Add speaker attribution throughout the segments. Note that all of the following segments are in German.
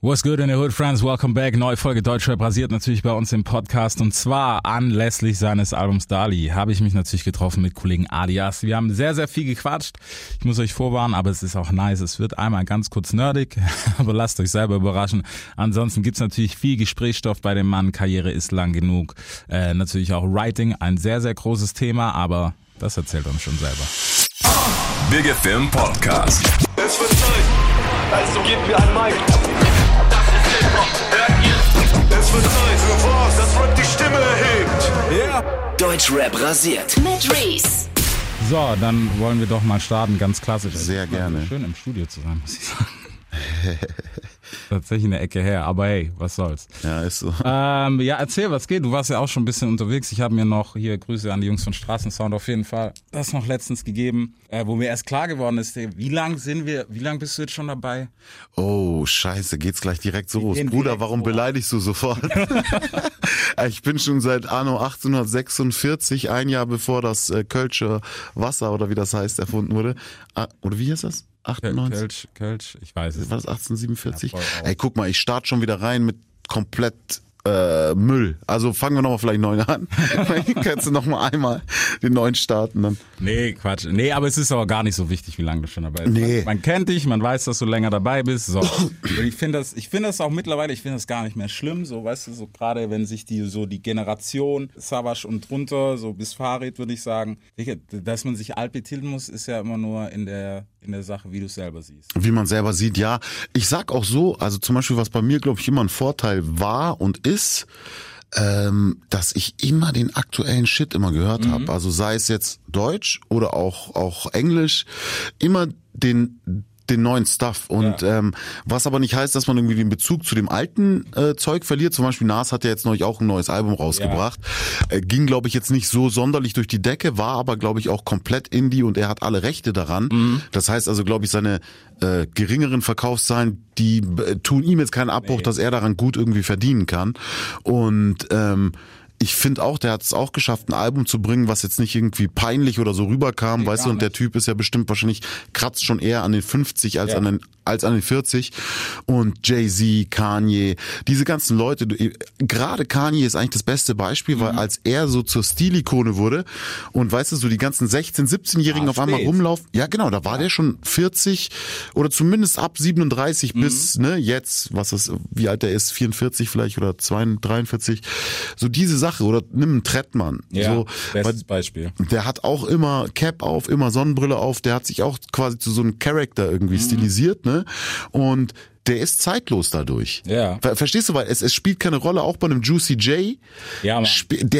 Speaker 1: What's good in the hood, friends? Welcome back. Neue Folge Deutschrap rasiert natürlich bei uns im Podcast. Und zwar anlässlich seines Albums Dali habe ich mich natürlich getroffen mit Kollegen Alias. Wir haben sehr, sehr viel gequatscht. Ich muss euch vorwarnen, aber es ist auch nice. Es wird einmal ganz kurz nerdig, aber lasst euch selber überraschen. Ansonsten gibt's natürlich viel Gesprächsstoff bei dem Mann. Karriere ist lang genug. Natürlich auch Writing, ein sehr, sehr großes Thema, aber das erzählt uns schon selber.
Speaker 2: Big FM Podcast.
Speaker 3: Es wird Zeit, also gebt mir ein Mic. Es wird Zeit für was, das Rap die Stimme erhebt.
Speaker 2: Ja. Yeah.
Speaker 4: Deutschrap rasiert. Mit Reese.
Speaker 1: So, dann wollen wir doch mal starten, ganz klassisch.
Speaker 5: Sehr gerne.
Speaker 1: Schön im Studio zu sein, muss ich sagen. Tatsächlich eine Ecke her, aber hey, was soll's.
Speaker 5: Ja, ist so.
Speaker 1: Ja, erzähl, was geht. Du warst ja auch schon ein bisschen unterwegs. Ich habe mir noch hier Grüße an die Jungs von Straßensound auf jeden Fall das noch letztens gegeben, wo mir erst klar geworden ist, wie lang bist du jetzt schon dabei?
Speaker 5: Oh, scheiße, geht's gleich direkt so los. Bruder, warum beleidigst du sofort? Ich bin schon seit anno 1846, ein Jahr bevor das Kölsche Wasser oder wie das heißt erfunden wurde. Oder wie heißt das? 98?
Speaker 1: Kölsch, ich weiß es.
Speaker 5: War das 1847?
Speaker 1: Ja,
Speaker 5: ey, guck mal, ich starte schon wieder rein mit komplett Müll. Also fangen wir nochmal vielleicht neu an. Kannst du nochmal einmal den neuen starten dann.
Speaker 1: Nee, Quatsch. Nee, aber es ist aber gar nicht so wichtig, wie lange du schon dabei bist.
Speaker 5: Nee.
Speaker 1: Man kennt dich, man weiß, dass du länger dabei bist. So. Und ich finde das auch mittlerweile, ich finde das gar nicht mehr schlimm, so, weißt du, so gerade wenn sich die Generation Savage und drunter, so bis Farid, würde ich sagen, dass man sich alt betiteln muss, ist ja immer nur in der Sache, wie du es selber siehst.
Speaker 5: Wie man selber sieht, ja. Ich sag auch so, also zum Beispiel, was bei mir, glaube ich, immer ein Vorteil war und ist, dass ich immer den aktuellen Shit immer gehört habe. Also sei es jetzt Deutsch oder auch Englisch, immer den neuen Stuff. Und was aber nicht heißt, dass man irgendwie den Bezug zu dem alten Zeug verliert. Zum Beispiel Nas hat ja jetzt neulich auch ein neues Album rausgebracht. Ging, glaube ich, jetzt nicht so sonderlich durch die Decke, war aber, glaube ich, auch komplett Indie und er hat alle Rechte daran. Das heißt also, glaube ich, seine geringeren Verkaufszahlen, die tun ihm jetzt keinen Abbruch, dass er daran gut irgendwie verdienen kann. Und ich finde auch, der hat es auch geschafft, ein Album zu bringen, was jetzt nicht irgendwie peinlich oder so rüberkam, weißt du, und der Typ ist ja bestimmt wahrscheinlich, kratzt schon eher an den 50 als an den 40. Und Jay-Z, Kanye, diese ganzen Leute, gerade Kanye ist eigentlich das beste Beispiel, weil als er so zur Stilikone wurde und weißt du, so die ganzen 16-, 17-Jährigen auf einmal rumlaufen, ja genau, da war der schon 40 oder zumindest ab 37 bis, ne, jetzt, wie alt er ist, 44 vielleicht oder 43, so diese Sache, oder nimm einen Trettmann.
Speaker 1: Ja,
Speaker 5: so,
Speaker 1: bestes Beispiel.
Speaker 5: Der hat auch immer Cap auf, immer Sonnenbrille auf, der hat sich auch quasi zu so einem Charakter irgendwie stilisiert, ne? Und der ist zeitlos dadurch.
Speaker 1: Ja.
Speaker 5: Verstehst du, weil es spielt keine Rolle, auch bei einem Juicy J.
Speaker 1: Ja, Mann.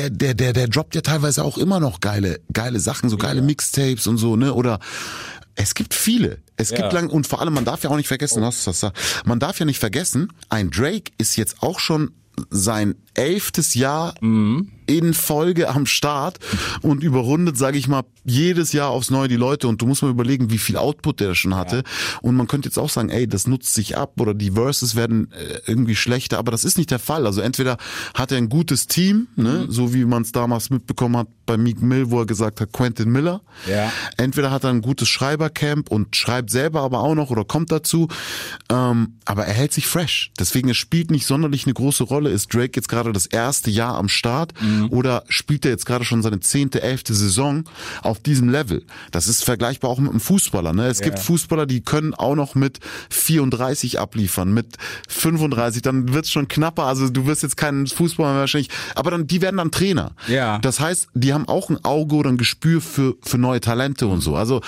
Speaker 5: Der droppt ja teilweise auch immer noch geile Sachen, so geile Mixtapes und so, ne? Oder es gibt viele. Es gibt lang, und vor allem, man darf ja auch nicht vergessen, man darf ja nicht vergessen, ein Drake ist jetzt auch schon sein 11. Jahr in Folge am Start und überrundet, sage ich mal, jedes Jahr aufs Neue die Leute, und du musst mal überlegen, wie viel Output der schon hatte, und man könnte jetzt auch sagen, ey, das nutzt sich ab oder die Verses werden irgendwie schlechter, aber das ist nicht der Fall. Also entweder hat er ein gutes Team, ne, so wie man es damals mitbekommen hat bei Meek Mill, wo er gesagt hat, Quentin Miller. Ja. Entweder hat er ein gutes Schreibercamp und schreibt selber aber auch noch oder kommt dazu, aber er hält sich fresh. Deswegen, es spielt nicht sonderlich eine große Rolle. Ist Drake jetzt gerade das erste Jahr am Start oder spielt er jetzt gerade schon seine 10., 11. Saison auf diesem Level? Das ist vergleichbar auch mit einem Fußballer. Ne? Es gibt Fußballer, die können auch noch mit 34 abliefern, mit 35, dann wird's schon knapper. Also du wirst jetzt keinen Fußballer mehr wahrscheinlich, aber dann die werden dann Trainer. Ja. Das heißt, die haben auch ein Auge oder ein Gespür für neue Talente und so. Also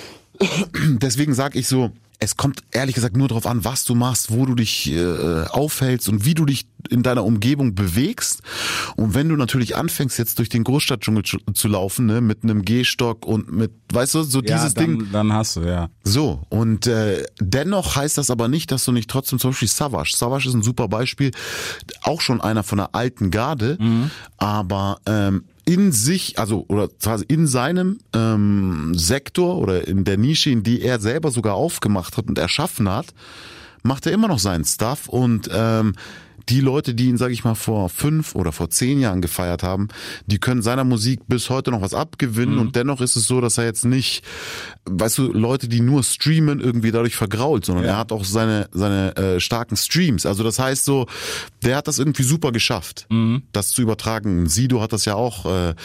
Speaker 5: deswegen sage ich so, es kommt ehrlich gesagt nur darauf an, was du machst, wo du dich aufhältst und wie du dich in deiner Umgebung bewegst. Und wenn du natürlich anfängst, jetzt durch den Großstadtdschungel zu laufen, ne, mit einem Gehstock und mit, weißt du, so dieses Ding.
Speaker 1: Dann hast du, ja.
Speaker 5: So, und dennoch heißt das aber nicht, dass du nicht trotzdem, zum Beispiel Savage ist ein super Beispiel, auch schon einer von der alten Garde, aber in sich, also oder quasi in seinem Sektor oder in der Nische, in die er selber sogar aufgemacht hat und erschaffen hat, macht er immer noch seinen Stuff und die Leute, die ihn, sag ich mal, vor 5 oder vor 10 Jahren gefeiert haben, die können seiner Musik bis heute noch was abgewinnen und dennoch ist es so, dass er jetzt nicht, weißt du, Leute, die nur streamen, irgendwie dadurch vergrault, sondern er hat auch seine starken Streams. Also das heißt so, der hat das irgendwie super geschafft, das zu übertragen. Sido hat das ja auch,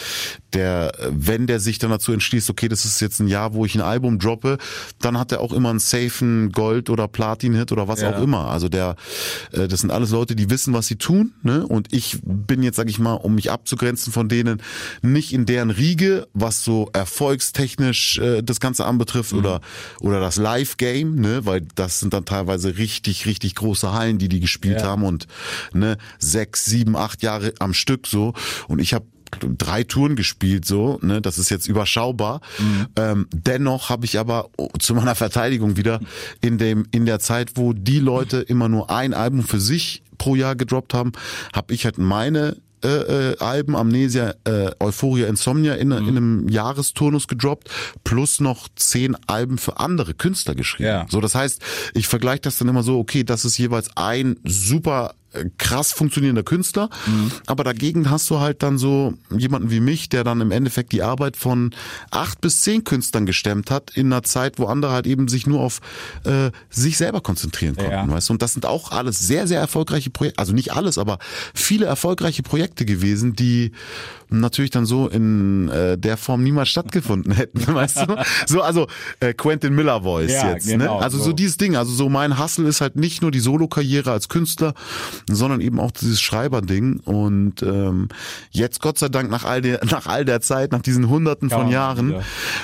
Speaker 5: wenn der sich dann dazu entschließt, okay, das ist jetzt ein Jahr, wo ich ein Album droppe, dann hat er auch immer einen safen Gold- oder Platin-Hit oder was auch immer. Also das sind alles Leute, die wissen, was sie tun, ne? Und ich bin jetzt, sag ich mal, um mich abzugrenzen von denen, nicht in deren Riege, was so erfolgstechnisch das Ganze anbetrifft oder das Live-Game, ne? Weil das sind dann teilweise richtig, richtig große Hallen, die gespielt haben und ne 6, 7, 8 Jahre am Stück so. Und ich habe 3 Touren gespielt, so, ne, das ist jetzt überschaubar. Dennoch habe ich aber zu meiner Verteidigung wieder in der Zeit, wo die Leute immer nur ein Album für sich pro Jahr gedroppt haben, habe ich halt meine Alben, Amnesia, Euphoria, Insomnia in einem Jahresturnus gedroppt, plus noch 10 Alben für andere Künstler geschrieben.
Speaker 1: Ja.
Speaker 5: So, das heißt, ich vergleiche das dann immer so, okay, das ist jeweils ein super krass funktionierender Künstler, aber dagegen hast du halt dann so jemanden wie mich, der dann im Endeffekt die Arbeit von 8 bis 10 Künstlern gestemmt hat, in einer Zeit, wo andere halt eben sich nur auf sich selber konzentrieren konnten, weißt du? Und das sind auch alles sehr, sehr erfolgreiche Projekte, also nicht alles, aber viele erfolgreiche Projekte gewesen, die natürlich dann so in der Form niemals stattgefunden hätten, weißt du? So, also Quentin Miller Voice jetzt, genau, ne? Also so dieses Ding, also so mein Hustle ist halt nicht nur die Solo-Karriere als Künstler, sondern eben auch dieses Schreiberding und jetzt Gott sei Dank nach all der Zeit, nach diesen Hunderten von Jahren,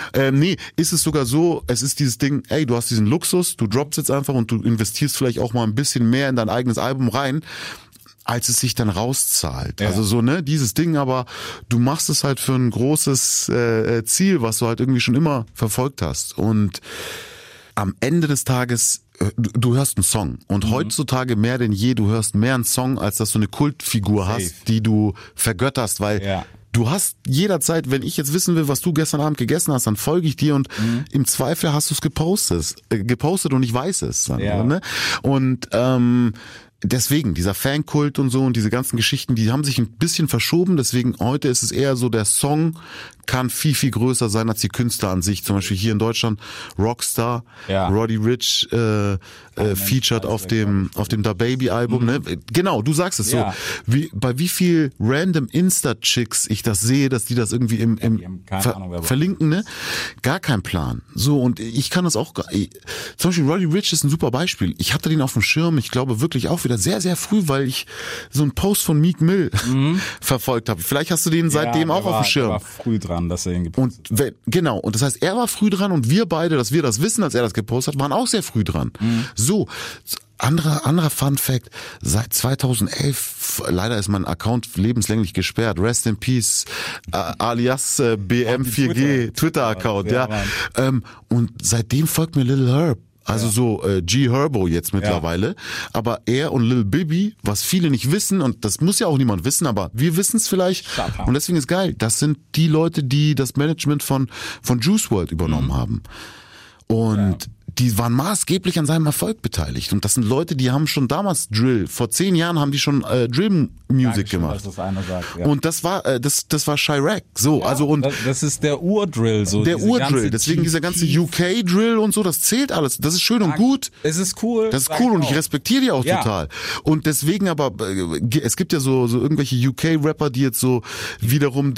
Speaker 5: ist es sogar so, es ist dieses Ding, ey, du hast diesen Luxus, du droppst jetzt einfach und du investierst vielleicht auch mal ein bisschen mehr in dein eigenes Album rein, als es sich dann rauszahlt. Ja. Also so, ne, dieses Ding, aber du machst es halt für ein großes Ziel, was du halt irgendwie schon immer verfolgt hast. Und am Ende des Tages, du hörst einen Song und heutzutage mehr denn je, du hörst mehr einen Song, als dass du eine Kultfigur hast, die du vergötterst, weil du hast jederzeit, wenn ich jetzt wissen will, was du gestern Abend gegessen hast, dann folge ich dir und im Zweifel hast du es gepostet und ich weiß es. Dann, ne? Und deswegen, dieser Fankult und so und diese ganzen Geschichten, die haben sich ein bisschen verschoben, deswegen heute ist es eher so, der Song kann viel, viel größer sein als die Künstler an sich. Zum Beispiel hier in Deutschland Rockstar, Roddy Ricch featured auf dem Da Baby Album. Ne? Genau, du sagst es so. Bei wie viel random Insta-Chicks ich das sehe, dass die das irgendwie im verlinken, ne? Gar kein Plan. So, und ich kann das auch, zum Beispiel Roddy Ricch ist ein super Beispiel. Ich hatte den auf dem Schirm, ich glaube wirklich auch wieder sehr, sehr früh, weil ich so einen Post von Meek Mill verfolgt habe. Vielleicht hast du den seitdem auch auf dem Schirm.
Speaker 1: Er war früh dran, dass er ihn gepostet hat.
Speaker 5: Genau, und das heißt, er war früh dran und wir beide, dass wir das wissen, als er das gepostet hat, waren auch sehr früh dran. So, anderer Fun Fact, seit 2011, leider ist mein Account lebenslänglich gesperrt, Rest in Peace, alias BM4G, Twitter-Account, und seitdem folgt mir Lil Herb. Also so G Herbo jetzt mittlerweile, aber er und Lil Bibi, was viele nicht wissen und das muss ja auch niemand wissen, aber wir wissen es vielleicht und deswegen ist geil, das sind die Leute, die das Management von Juice WRLD übernommen haben und die waren maßgeblich an seinem Erfolg beteiligt und das sind Leute, die haben schon damals Drill, vor 10 Jahren haben die schon Drill-Music gemacht.
Speaker 1: Dass das einer sagt,
Speaker 5: und das war Chirac, so, also und
Speaker 1: das ist der Ur-Drill, so
Speaker 5: der Ur-Drill, deswegen dieser ganze UK-Drill und so, das zählt alles, das ist schön und gut.
Speaker 1: Es ist cool.
Speaker 5: Das ist cool und ich respektiere die auch total. Und deswegen aber, es gibt ja so irgendwelche UK-Rapper, die jetzt so wiederum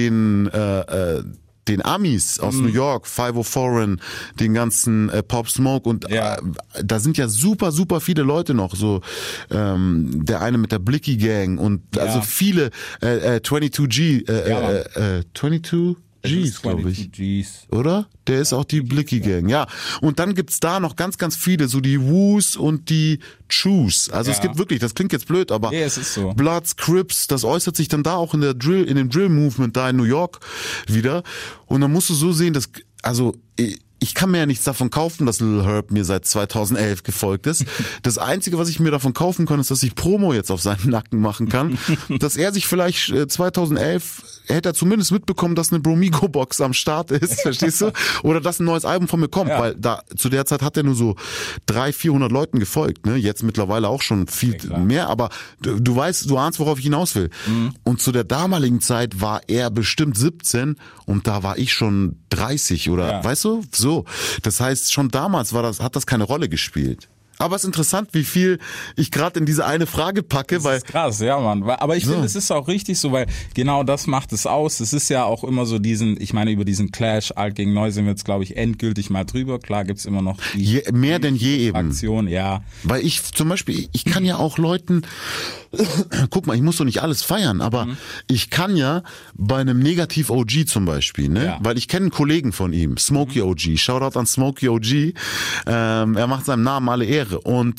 Speaker 5: den Amis aus New York, 504, den ganzen Pop Smoke und da sind ja super, super viele Leute noch, so der eine mit der Blicky Gang und also viele 22G, 22 G's, glaube ich.
Speaker 1: G's.
Speaker 5: Oder? Der ist auch die Blicky Gang, ja. Und dann gibt's da noch ganz, ganz viele, so die Woos und die Chews. Also es gibt wirklich, das klingt jetzt blöd, aber
Speaker 1: es ist so.
Speaker 5: Bloods, Crips, das äußert sich dann da auch in dem Drill-Movement da in New York wieder. Und dann musst du so sehen, dass, also ich kann mir ja nichts davon kaufen, dass Lil Herb mir seit 2011 gefolgt ist. Das Einzige, was ich mir davon kaufen kann, ist, dass ich Promo jetzt auf seinen Nacken machen kann. Dass er sich vielleicht 2011, hätte er zumindest mitbekommen, dass eine Bromigo-Box am Start ist, verstehst du? Oder dass ein neues Album von mir kommt, weil da zu der Zeit hat er nur so 300-400 Leuten gefolgt. Ne? Jetzt mittlerweile auch schon viel mehr, aber du weißt, du ahnst, worauf ich hinaus will. Und zu der damaligen Zeit war er bestimmt 17 und da war ich schon 30 oder, weißt du? So, das heißt, schon damals hat das keine Rolle gespielt. Aber es ist interessant, wie viel ich gerade in diese eine Frage packe.
Speaker 1: Das ist krass, ja, Mann. Aber ich finde, es ist auch richtig so, weil genau das macht es aus. Es ist ja auch immer so über diesen Clash alt gegen neu sind wir jetzt, glaube ich, endgültig mal drüber. Klar gibt's immer noch
Speaker 5: mehr denn je eben.
Speaker 1: Aktion, ja.
Speaker 5: Weil ich zum Beispiel, ich kann ja auch Leuten, guck mal, ich muss doch nicht alles feiern, aber ich kann ja bei einem Negativ-OG zum Beispiel, ne, weil ich kenne einen Kollegen von ihm, Smokey OG, Shoutout an Smokey OG, er macht seinem Namen alle Ehre und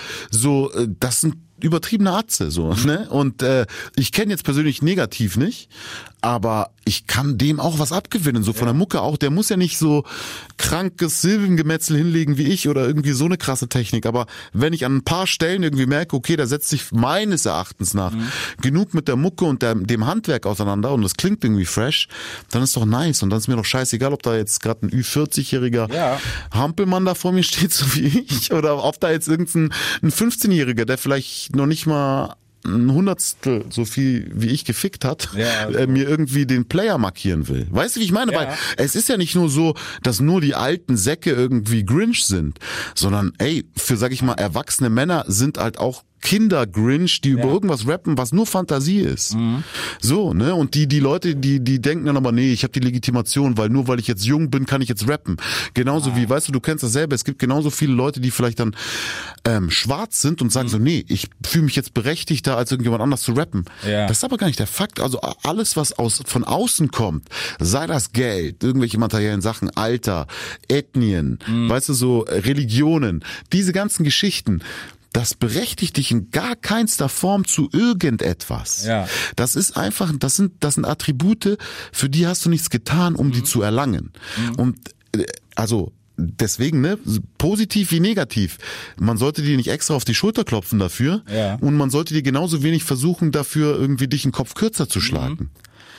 Speaker 5: das sind übertriebene Atze, so, ne? Und ich kenne jetzt persönlich Negativ nicht, aber ich kann dem auch was abgewinnen, so von der Mucke auch. Der muss ja nicht so krankes Silbengemetzel hinlegen wie ich oder irgendwie so eine krasse Technik, aber wenn ich an ein paar Stellen irgendwie merke, okay, da setzt sich meines Erachtens nach genug mit der Mucke und dem Handwerk auseinander und das klingt irgendwie fresh, dann ist doch nice und dann ist mir doch scheißegal, ob da jetzt gerade ein Ü40-jähriger Hampelmann da vor mir steht, so wie ich, oder ob da jetzt irgendein 15-Jähriger, der vielleicht noch nicht mal ein Hundertstel so viel wie ich gefickt hat, mir irgendwie den Player markieren will. Weißt du, wie ich meine? Weil es ist ja nicht nur so, dass nur die alten Säcke irgendwie Grinch sind, sondern für, sag ich mal, erwachsene Männer sind halt auch Kinder-Grinch, die über irgendwas rappen, was nur Fantasie ist. So, ne? Und die Leute, die denken dann aber, nee, ich habe die Legitimation, weil ich jetzt jung bin, kann ich jetzt rappen. Genauso wie, weißt du kennst das selber, es gibt genauso viele Leute, die vielleicht dann schwarz sind und sagen so, nee, ich fühle mich jetzt berechtigter, als irgendjemand anders zu rappen. Ja. Das ist aber gar nicht der Fakt. Also alles, was von außen kommt, sei das Geld, irgendwelche materiellen Sachen, Alter, Ethnien, weißt du, so Religionen, diese ganzen Geschichten, das berechtigt dich in gar keinster Form zu irgendetwas. Ja. Das ist einfach, das sind Attribute, für die hast du nichts getan, um die zu erlangen. Und also deswegen, ne, positiv wie negativ. Man sollte dir nicht extra auf die Schulter klopfen dafür und man sollte dir genauso wenig versuchen, dafür irgendwie dich einen Kopf kürzer zu schlagen.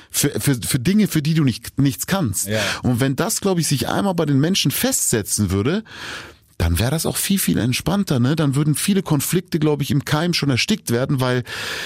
Speaker 5: Für Dinge, für die du nichts kannst. Ja. Und wenn das, glaube ich, sich einmal bei den Menschen festsetzen würde, dann wäre das auch viel, viel entspannter, ne? Dann würden viele Konflikte, glaube ich, im Keim schon erstickt werden, weil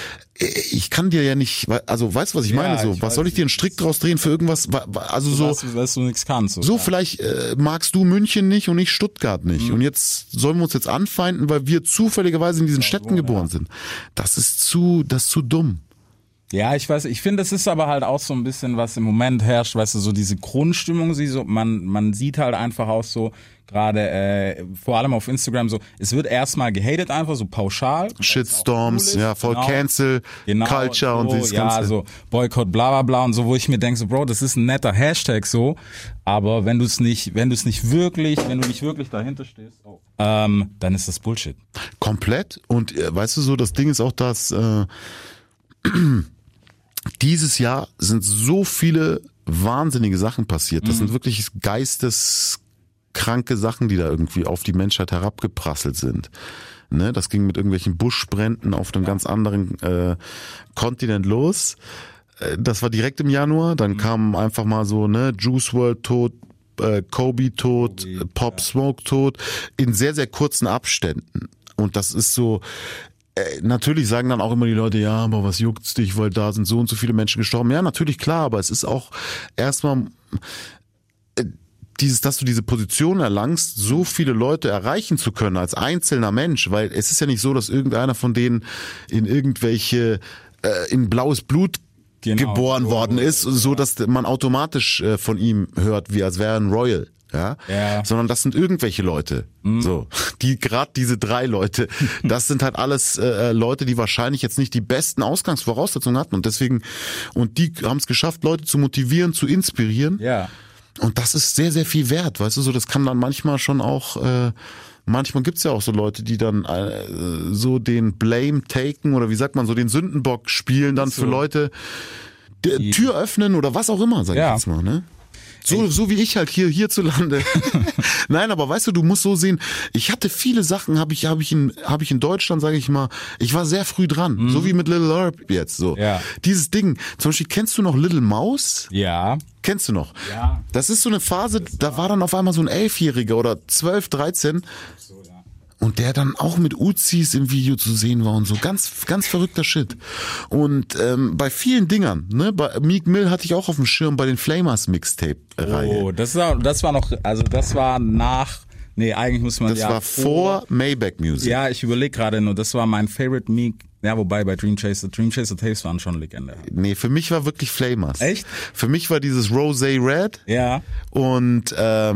Speaker 5: ich kann dir ja nicht, also weißt du, was ich meine? So, was soll ich dir einen Strick draus drehen für irgendwas? Also so,
Speaker 1: was du nichts kannst.
Speaker 5: So vielleicht magst du München nicht und ich Stuttgart nicht. Und jetzt sollen wir uns jetzt anfeinden, weil wir zufälligerweise in diesen Städten geboren sind. Das ist zu dumm.
Speaker 1: Ja, ich weiß, ich finde, das ist aber halt auch so ein bisschen, was im Moment herrscht, weißt du, so diese Grundstimmung, man sieht halt einfach auch so, gerade vor allem auf Instagram so, es wird erstmal gehatet einfach, so pauschal.
Speaker 5: Shitstorms, cool voll Cancel, Culture so, und dieses Ganze. Ja, so Boykott, bla bla bla und so, wo ich mir denke, so Bro, das ist ein netter Hashtag so, aber wenn du nicht wirklich dahinter stehst, dann ist das Bullshit. Komplett und weißt du so, das Ding ist auch, dass dieses Jahr sind so viele wahnsinnige Sachen passiert. Das sind wirklich geisteskranke Sachen, die da irgendwie auf die Menschheit herabgeprasselt sind. Ne, das ging mit irgendwelchen Buschbränden auf einem ganz anderen Kontinent los. Das war direkt im Januar. Dann kam einfach mal so, ne, Juice WRLD tot, Kobe tot, Pop Smoke tot, in sehr, sehr kurzen Abständen. Und das ist so, natürlich sagen dann auch immer die Leute, ja, aber was juckt's dich, weil da sind so und so viele Menschen gestorben. Ja, natürlich, klar, aber es ist auch erstmal dass du diese Position erlangst, so viele Leute erreichen zu können als einzelner Mensch, weil es ist ja nicht so, dass irgendeiner von denen in blaues Blut geboren worden ist, so dass man automatisch von ihm hört, wie als wäre er ein Royal. Ja? Sondern das sind irgendwelche Leute. So, diese 3 Leute, das sind halt alles Leute, die wahrscheinlich jetzt nicht die besten Ausgangsvoraussetzungen hatten und die haben es geschafft, Leute zu motivieren, zu inspirieren. Ja. Und das ist sehr, sehr viel wert, weißt du, so das kann dann manchmal schon auch, manchmal gibt's ja auch so Leute, die dann so den Blame taken oder wie sagt man, so den Sündenbock spielen dann für Leute, Tür öffnen oder was auch immer, sag ich jetzt mal, ne? So wie ich halt hierzulande. Nein, aber weißt du musst so sehen, ich hatte viele Sachen, habe ich in Deutschland, sage ich mal, ich war sehr früh dran, so wie mit Little Herb jetzt so.
Speaker 1: Ja.
Speaker 5: Dieses Ding, zum Beispiel, kennst du noch Little Mouse?
Speaker 1: Ja.
Speaker 5: Kennst du noch?
Speaker 1: Ja.
Speaker 5: Das ist so eine Phase, da war dann auf einmal so ein 11-Jähriger oder 12, 13 und der dann auch mit Uzis im Video zu sehen war und so. Ganz, ganz verrückter Shit. Und bei vielen Dingern, ne, bei Meek Mill hatte ich auch auf dem Schirm bei den Flamers Mixtape-Reihe.
Speaker 1: Oh, das war noch, also das war nach, nee, eigentlich muss man
Speaker 5: Das war vor Maybach Music.
Speaker 1: Ja, ich überlege gerade nur, das war mein Favorite Meek. Ja, wobei bei Dream Chaser Tapes waren schon legendär.
Speaker 5: Nee, für mich war wirklich Flamers.
Speaker 1: Echt?
Speaker 5: Für mich war dieses Rosé Red.
Speaker 1: Ja.
Speaker 5: Und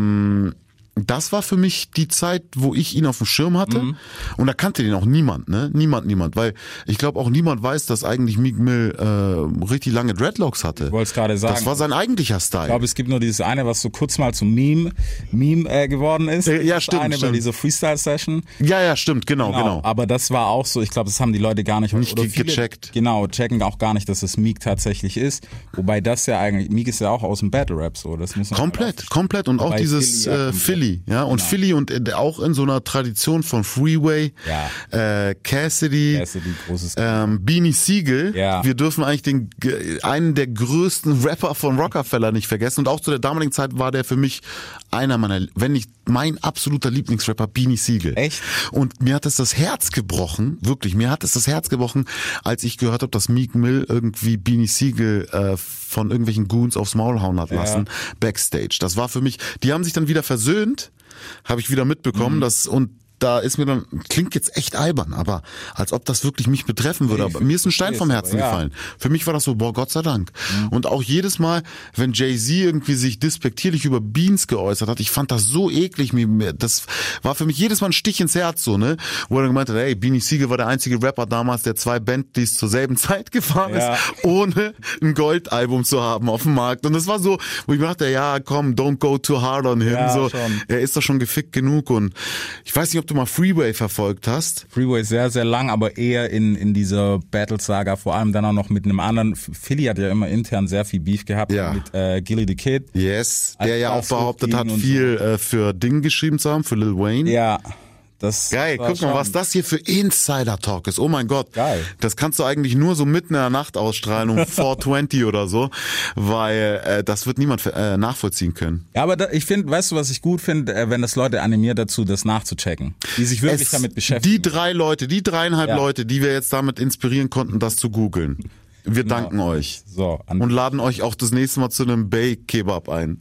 Speaker 5: das war für mich die Zeit, wo ich ihn auf dem Schirm hatte. Und da kannte den auch niemand, ne? Niemand. Weil ich glaube auch niemand weiß, dass eigentlich Meek Mill richtig lange Dreadlocks hatte.
Speaker 1: Ich wollte es gerade sagen.
Speaker 5: Das war sein eigentlicher
Speaker 1: Ich
Speaker 5: Style.
Speaker 1: glaube, es gibt nur dieses eine, was so kurz mal zum Meme geworden ist.
Speaker 5: Ja,
Speaker 1: Das
Speaker 5: stimmt,
Speaker 1: eine bei
Speaker 5: stimmt.
Speaker 1: dieser Freestyle-Session.
Speaker 5: Ja, stimmt, genau.
Speaker 1: Aber das war auch so, ich glaube, das haben die Leute gar nicht oder viele,
Speaker 5: gecheckt.
Speaker 1: Genau, checken auch gar nicht, dass es Meek tatsächlich ist. Wobei das ja eigentlich, Meek ist ja auch aus dem Battle Rap so. Das muss man
Speaker 5: Komplett. Und auch
Speaker 1: Wobei
Speaker 5: dieses
Speaker 1: Philly, ja, komplett.
Speaker 5: Philly, ja. Und
Speaker 1: Genau.
Speaker 5: Philly und auch in so einer Tradition von Freeway, Cassidy,
Speaker 1: großes
Speaker 5: Beanie Siegel.
Speaker 1: Ja.
Speaker 5: Wir dürfen eigentlich einen der größten Rapper von Rockefeller nicht vergessen. Und auch zu der damaligen Zeit war der für mich einer meiner, wenn nicht mein absoluter Lieblingsrapper, Beanie Siegel.
Speaker 1: Echt?
Speaker 5: Und mir hat es das Herz gebrochen, wirklich, als ich gehört habe, dass Meek Mill irgendwie Beanie Siegel von irgendwelchen Goons aufs Maul hauen hat lassen, backstage. Das war für mich, die haben sich dann wieder versöhnt, habe ich wieder mitbekommen, da ist mir dann, klingt jetzt echt albern, aber als ob das wirklich mich betreffen würde. Aber mir ist ein Stein vom Herzen gefallen. Für mich war das so, boah, Gott sei Dank. Und auch jedes Mal, wenn Jay-Z irgendwie sich despektierlich über Beans geäußert hat, ich fand das so eklig. Das war für mich jedes Mal ein Stich ins Herz, so, ne? Wo er dann gemeint hat, ey, Beanie Siegel war der einzige Rapper damals, der 2 Bentleys zur selben Zeit gefahren ist, ohne ein Goldalbum zu haben auf dem Markt. Und das war so, wo ich mir dachte, ja, komm, don't go too hard on him.
Speaker 1: Ja,
Speaker 5: so,
Speaker 1: schon.
Speaker 5: er ist doch schon gefickt genug. Und ich weiß nicht, ob du mal Freeway verfolgt hast.
Speaker 1: Freeway sehr, sehr lang, aber eher in dieser Battle-Saga, vor allem dann auch noch mit einem anderen. Philly hat ja immer intern sehr viel Beef gehabt mit Gilly the Kid.
Speaker 5: Yes, der ja auch
Speaker 1: Als
Speaker 5: behauptet hat,
Speaker 1: und
Speaker 5: viel für Ding geschrieben zu haben, für Lil Wayne.
Speaker 1: Ja, das
Speaker 5: Geil,
Speaker 1: war
Speaker 5: guck mal,
Speaker 1: schon-
Speaker 5: was das hier für Insider-Talk ist. Oh mein Gott.
Speaker 1: Geil.
Speaker 5: Das kannst du eigentlich nur so mitten in der Nacht ausstrahlen um 4:20 oder so, weil das wird niemand nachvollziehen können.
Speaker 1: Ja, aber ich finde, weißt du, was ich gut finde, wenn das Leute animiert dazu, das nachzuchecken, die sich wirklich damit beschäftigen.
Speaker 5: Die 3,5 Leute, die wir jetzt damit inspirieren konnten, das zu googeln. Wir danken euch.
Speaker 1: So,
Speaker 5: Und laden euch auch das nächste Mal zu einem Bay-Kebab ein.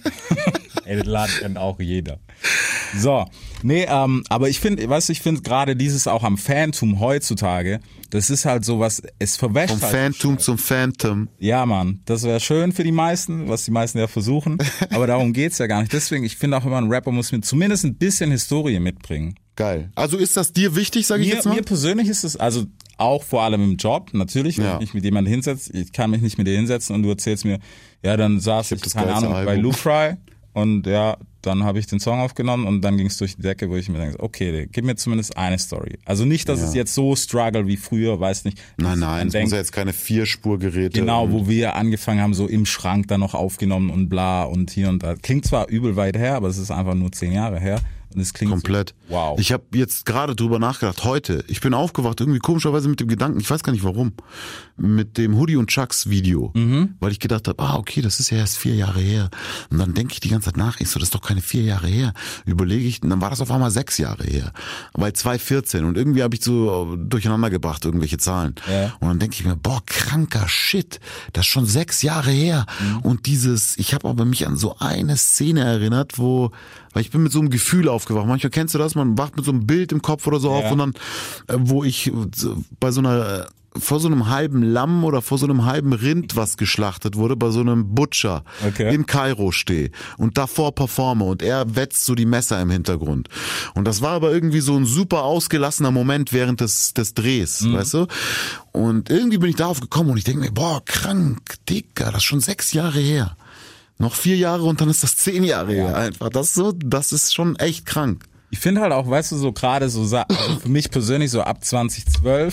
Speaker 1: Ey, das laden kann auch jeder. So, nee, aber ich finde gerade dieses auch am Phantom heutzutage, das ist halt so was, es verwäscht
Speaker 5: Vom
Speaker 1: halt.
Speaker 5: Phantom zum Phantom.
Speaker 1: Ja, Mann, das wäre schön für die meisten, was die meisten ja versuchen, aber darum geht's ja gar nicht. Deswegen, ich finde auch immer, ein Rapper muss mir zumindest ein bisschen Historie mitbringen.
Speaker 5: Geil. Also ist das dir wichtig, sage ich jetzt mal?
Speaker 1: Mir persönlich ist es, also auch vor allem im Job, natürlich, wenn ich mich mit jemandem hinsetze, ich kann mich nicht mit dir hinsetzen und du erzählst mir, ja, dann saß ich,
Speaker 5: das
Speaker 1: keine
Speaker 5: geilste
Speaker 1: Ahnung, bei
Speaker 5: Album.
Speaker 1: Luke Fry und ja, dann habe ich den Song aufgenommen und dann ging es durch die Decke, wo ich mir denke, okay, gib mir zumindest eine Story. Also nicht, dass es jetzt so struggle wie früher, weiß nicht.
Speaker 5: Nein, es muss ja jetzt keine 4-Spurgeräte.
Speaker 1: Genau, wo wir angefangen haben, so im Schrank dann noch aufgenommen und bla und hier und da. Klingt zwar übel weit her, aber es ist einfach nur 10 Jahre her. Und es klingt
Speaker 5: Komplett.
Speaker 1: So, wow.
Speaker 5: Ich habe jetzt gerade drüber nachgedacht, heute. Ich bin aufgewacht, irgendwie komischerweise mit dem Gedanken, ich weiß gar nicht warum, mit dem Hoodie und Chucks Video. Weil ich gedacht habe, okay, das ist ja erst 4 Jahre her. Und dann denke ich die ganze Zeit nach, ich so, das ist doch keine 4 Jahre her. Überlege ich, und dann war das auf einmal 6 Jahre her. Weil 2014 und irgendwie habe ich so durcheinander gebracht, irgendwelche Zahlen.
Speaker 1: Ja.
Speaker 5: Und dann denke ich mir, kranker Shit, das ist schon 6 Jahre her. Und ich habe aber mich an so eine Szene erinnert, weil ich bin mit so einem Gefühl aufgewacht. Manchmal kennst du das, man wacht mit so einem Bild im Kopf oder so auf und dann, wo ich bei vor so einem halben Lamm oder vor so einem halben Rind, was geschlachtet wurde, bei so einem Butcher in Kairo stehe und davor performe und er wetzt so die Messer im Hintergrund. Und das war aber irgendwie so ein super ausgelassener Moment während des Drehs, weißt du? Und irgendwie bin ich darauf gekommen und ich denke mir, krank, Digga, das ist schon 6 Jahre her. Noch 4 Jahre und dann ist das 10 Jahre her einfach. Das ist schon echt krank.
Speaker 1: Ich finde halt auch, weißt du, so gerade so, also für mich persönlich so ab 2012,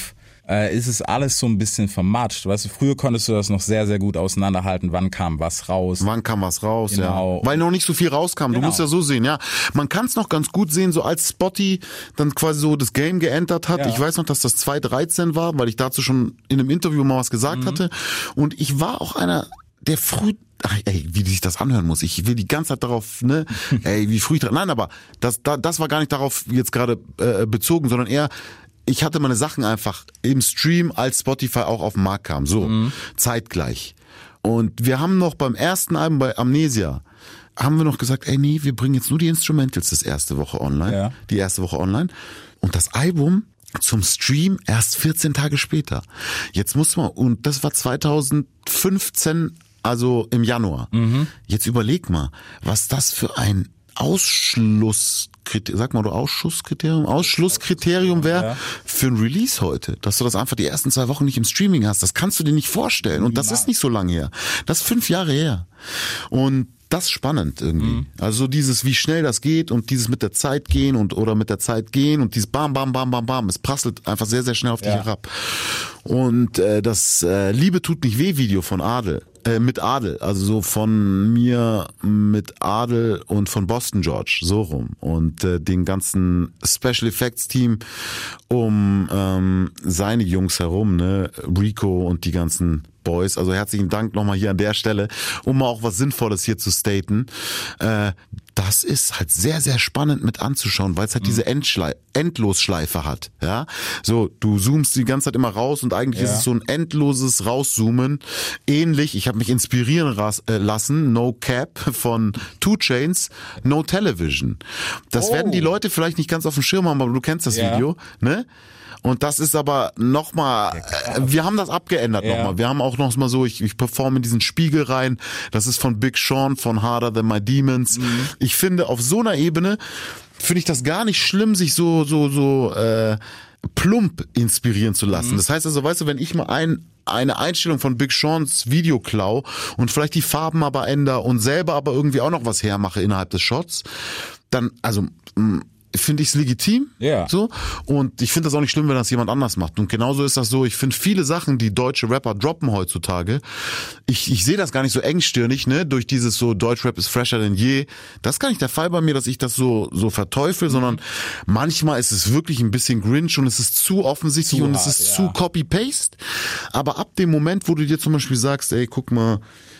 Speaker 1: ist es alles so ein bisschen vermatscht. Weißt du, früher konntest du das noch sehr, sehr gut auseinanderhalten, wann kam was raus.
Speaker 5: Genau. Ja. Weil noch nicht so viel rauskam. Genau. Du musst ja so sehen, ja. Man kann es noch ganz gut sehen, so als Spotty dann quasi so das Game geentert hat. Ja. Ich weiß noch, dass das 2013 war, weil ich dazu schon in einem Interview mal was gesagt hatte. Und ich war auch einer, der früh, wie sich das anhören muss. Ich will die ganze Zeit darauf, ne, wie früh ich dran. Nein, aber das war gar nicht darauf jetzt gerade bezogen, sondern eher, ich hatte meine Sachen einfach im Stream, als Spotify auch auf den Markt kam. So, zeitgleich. Und wir haben noch beim ersten Album bei Amnesia, haben wir noch gesagt, nee, wir bringen jetzt nur die Instrumentals die erste Woche online. Und das Album zum Stream erst 14 Tage später. Jetzt muss man, und das war 2015, also im Januar. Jetzt überleg mal, was das für ein Ausschlusskriterium wäre für ein Release heute, dass du das einfach die ersten 2 Wochen nicht im Streaming hast. Das kannst du dir nicht vorstellen. Und das ist nicht so lange her. Das ist 5 Jahre her. Und das ist spannend irgendwie. Also dieses, wie schnell das geht und dieses mit der Zeit gehen und dieses Bam, Bam, Bam, Bam, Bam. Es prasselt einfach sehr, sehr schnell auf dich herab. Und das Liebe tut nicht weh Video von Adel. Mit Adel, also so von mir mit Adel und von Boston George, so rum. Und den ganzen Special Effects Team um seine Jungs herum, ne, Rico und die ganzen Boys. Also herzlichen Dank nochmal hier an der Stelle, um mal auch was Sinnvolles hier zu staten. Das ist halt sehr, sehr spannend mit anzuschauen, weil es halt diese Endlosschleife hat. Ja, so, du zoomst die ganze Zeit immer raus und eigentlich ist es so ein endloses Rauszoomen. Ähnlich, ich habe mich inspirieren lassen, No Cap von 2 Chainz, No Television. Das werden die Leute vielleicht nicht ganz auf dem Schirm haben, aber du kennst das Video, ne? Und das ist aber nochmal, wir haben das abgeändert nochmal. Wir haben auch noch mal so, ich performe in diesen Spiegel rein. Das ist von Big Sean, von Harder Than My Demons. Ich finde, auf so einer Ebene finde ich das gar nicht schlimm, sich so plump inspirieren zu lassen. Das heißt also, weißt du, wenn ich mal eine Einstellung von Big Seans Video klau und vielleicht die Farben aber ändere und selber aber irgendwie auch noch was hermache innerhalb des Shots, dann, also finde ich es legitim, so, und ich finde das auch nicht schlimm, wenn das jemand anders macht. Und genauso ist das so, ich finde viele Sachen, die deutsche Rapper droppen heutzutage, ich sehe das gar nicht so engstirnig, ne, durch dieses so, Deutschrap ist fresher denn je. Das ist gar nicht der Fall bei mir, dass ich das so verteufel, sondern manchmal ist es wirklich ein bisschen cringe und es ist zu offensichtlich und es ist zu Copy-Paste. Aber ab dem Moment, wo du dir zum Beispiel sagst, ey, guck mal,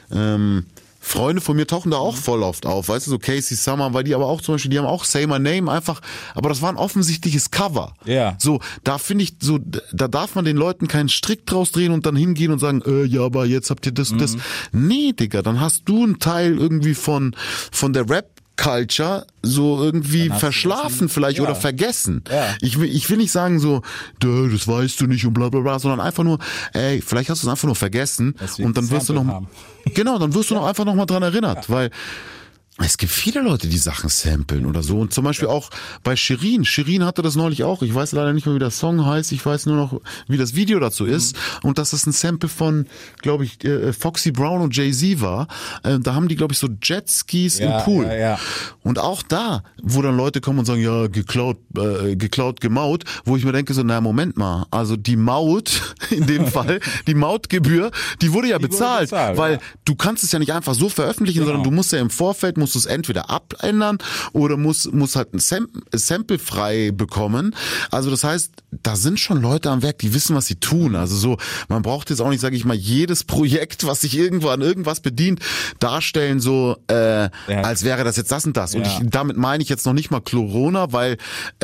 Speaker 5: Freunde von mir tauchen da auch voll oft auf, weißt du, so Casey Summer, weil die aber auch zum Beispiel, die haben auch Say My Name einfach, aber das war ein offensichtliches Cover. Ja. So, da finde ich, so, da darf man den Leuten keinen Strick draus drehen und dann hingehen und sagen, ja, aber jetzt habt ihr das und das. Nee, Digga, dann hast du einen Teil irgendwie von der Rap-Culture so irgendwie verschlafen vielleicht oder vergessen. Ja. Ich will nicht sagen so, das weißt du nicht und bla bla bla, sondern einfach nur, ey, vielleicht hast du es einfach nur vergessen und dann wirst du noch, genau, dann wirst du noch einfach noch mal dran erinnert, weil es gibt viele Leute, die Sachen samplen oder so. Und zum Beispiel auch bei Shirin. Shirin hatte das neulich auch. Ich weiß leider nicht mehr, wie der Song heißt. Ich weiß nur noch, wie das Video dazu ist. Und dass das ein Sample von, glaube ich, Foxy Brown und Jay-Z war. Da haben die, glaube ich, so Jetskis im Pool. Ja. Und auch da, wo dann Leute kommen und sagen, ja, geklaut, gemaut. Wo ich mir denke so, na, Moment mal. Also die Maut, in dem Fall, die Mautgebühr, die wurde ja bezahlt. Weil du kannst es ja nicht einfach so veröffentlichen, sondern du musst ja im Vorfeld musst du es entweder abändern oder muss halt ein Sample frei bekommen. Also das heißt, da sind schon Leute am Werk, die wissen, was sie tun. Also so, man braucht jetzt auch nicht, sage ich mal, jedes Projekt, was sich irgendwo an irgendwas bedient, darstellen so, als wäre das jetzt das und das. Und damit meine ich jetzt noch nicht mal Corona, weil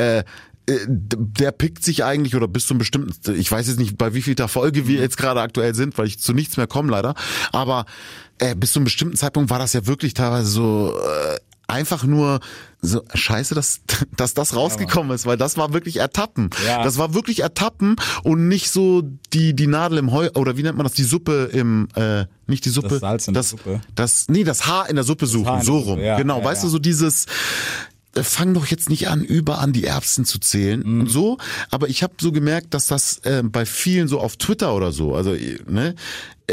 Speaker 5: der pickt sich eigentlich oder bis zum bestimmten, ich weiß jetzt nicht, bei wie vielter Folge wir jetzt gerade aktuell sind, weil ich zu nichts mehr komme leider, aber bis zu einem bestimmten Zeitpunkt war das ja wirklich teilweise so einfach nur so scheiße, dass das rausgekommen ist, weil das war wirklich Ertappen. Ja. Das war wirklich Ertappen und nicht so die Nadel im Heu, oder wie nennt man das, die Suppe im, nicht die Suppe.
Speaker 1: Das Salz in der Suppe.
Speaker 5: Das Haar in der Suppe suchen, so rum. Ja, genau, weißt du, so dieses, fang doch jetzt nicht an, an die Erbsen zu zählen und so, aber ich habe so gemerkt, dass das bei vielen so auf Twitter oder so, also ne,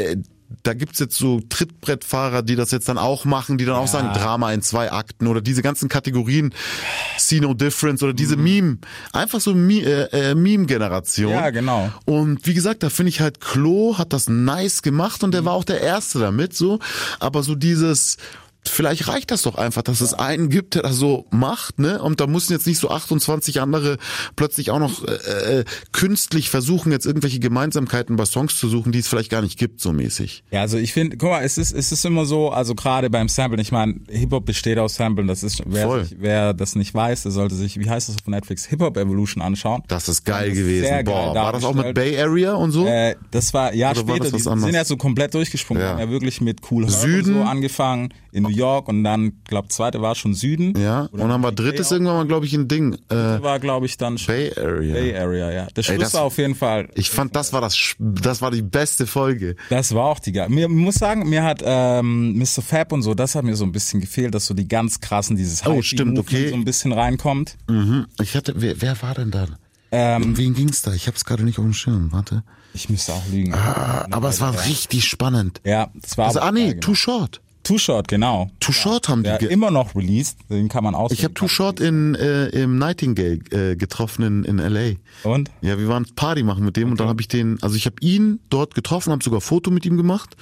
Speaker 5: da gibt's jetzt so Trittbrettfahrer, die das jetzt dann auch machen, die dann auch sagen, Drama in 2 Akten oder diese ganzen Kategorien, See No Difference oder diese einfach so Meme-Generation.
Speaker 1: Ja, genau.
Speaker 5: Und wie gesagt, da finde ich halt, Klo hat das nice gemacht und der war auch der Erste damit, so. Aber so dieses, vielleicht reicht das doch einfach, dass es einen gibt, der das so macht, ne? Und da müssen jetzt nicht so 28 andere plötzlich auch noch künstlich versuchen, jetzt irgendwelche Gemeinsamkeiten bei Songs zu suchen, die es vielleicht gar nicht gibt, so mäßig.
Speaker 1: Ja, also ich finde, guck mal, es ist immer so, also gerade beim Samplen, ich meine, Hip-Hop besteht aus Samplen, das ist, wer das nicht weiß, der sollte sich, wie heißt das auf Netflix, Hip-Hop Evolution anschauen.
Speaker 5: Das ist geil gewesen.
Speaker 1: Sehr
Speaker 5: Boah,
Speaker 1: geil
Speaker 5: war das auch mit Bay Area und so?
Speaker 1: Das war, ja,
Speaker 5: oder
Speaker 1: später, die sind ja so komplett durchgesprungen,
Speaker 5: Ja.
Speaker 1: haben ja wirklich mit Cool Herc
Speaker 5: Süden.
Speaker 1: und so angefangen, in New York und dann, glaub, zweite war schon Süden.
Speaker 5: Ja, und dann war drittes irgendwann mal, glaube ich, ein Ding.
Speaker 1: War, glaube ich, dann schon
Speaker 5: Bay Area.
Speaker 1: Bay Area, ja. Der Schluss
Speaker 5: das-
Speaker 1: war auf jeden Fall.
Speaker 5: Ich fand, das war die beste Folge.
Speaker 1: Das war auch die geil. Mir muss sagen, mir hat Mr. Fab und so, das hat mir so ein bisschen gefehlt, dass so die ganz krassen, dieses
Speaker 5: stimmt, okay.
Speaker 1: so ein bisschen reinkommt.
Speaker 5: Ich hatte, wer war denn da? Um wen ging's da? Ich hab's gerade nicht auf dem Schirm, warte.
Speaker 1: Ich müsste auch lügen.
Speaker 5: Aber es war richtig spannend.
Speaker 1: Ja, das war
Speaker 5: Also,
Speaker 1: aber geil,
Speaker 5: Too Short.
Speaker 1: Too Short, genau.
Speaker 5: Too Short haben die.
Speaker 1: Der immer noch released, den kann man auswählen.
Speaker 5: Ich habe Too Short im Nightingale getroffen in LA.
Speaker 1: Und?
Speaker 5: Ja, wir waren Party machen mit dem und dann habe ich ich habe ihn dort getroffen, habe sogar ein Foto mit ihm gemacht.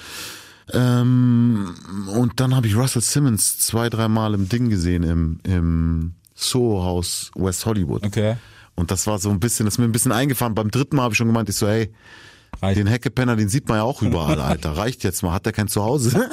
Speaker 5: Und dann habe ich Russell Simmons 2-3 Mal im Ding gesehen im Soho-Haus West Hollywood.
Speaker 1: Okay.
Speaker 5: Und das war so ein bisschen, das ist mir ein bisschen eingefahren. Beim 3. Mal habe ich schon gemeint, ich so, hey,
Speaker 1: Reicht.
Speaker 5: den Heckepenner, den sieht man ja auch überall, Alter. Reicht jetzt mal, hat der kein Zuhause?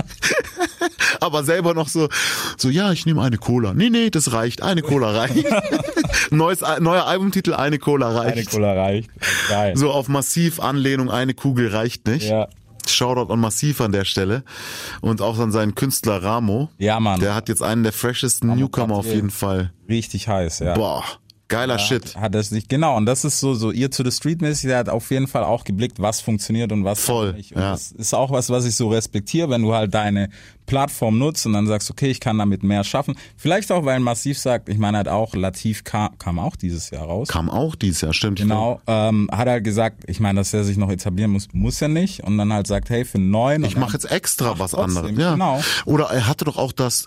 Speaker 5: Aber selber noch so, ja, ich nehme eine Cola. Nee, das reicht, eine Cola reicht. Neuer Albumtitel, eine Cola reicht.
Speaker 1: Eine Cola reicht. Geil.
Speaker 5: So auf Massiv Anlehnung, eine Kugel reicht nicht.
Speaker 1: Ja.
Speaker 5: Shoutout an Massiv an der Stelle. Und auch an seinen Künstler Ramo.
Speaker 1: Ja, Mann.
Speaker 5: Der hat jetzt einen der freshesten Newcomer auf jeden Fall.
Speaker 1: Richtig heiß, ja.
Speaker 5: Boah. Geiler Shit.
Speaker 1: Hat es nicht, genau, und das ist so ihr to the street mäßig, der hat auf jeden Fall auch geblickt, was funktioniert und was
Speaker 5: Voll,
Speaker 1: nicht. Und
Speaker 5: ja.
Speaker 1: das ist auch was ich so respektiere, wenn du halt deine Plattform nutzt und dann sagst, okay, ich kann damit mehr schaffen. Vielleicht auch, weil Massiv sagt, ich meine halt auch, Latif kam auch dieses Jahr raus.
Speaker 5: Kam auch dieses Jahr, stimmt.
Speaker 1: Genau, hat halt gesagt, ich meine, dass er sich noch etablieren muss er nicht und dann halt sagt, hey, für 9.
Speaker 5: Ich mache jetzt extra was
Speaker 1: trotzdem,
Speaker 5: anderes. Ja.
Speaker 1: genau.
Speaker 5: Oder er hatte doch auch das,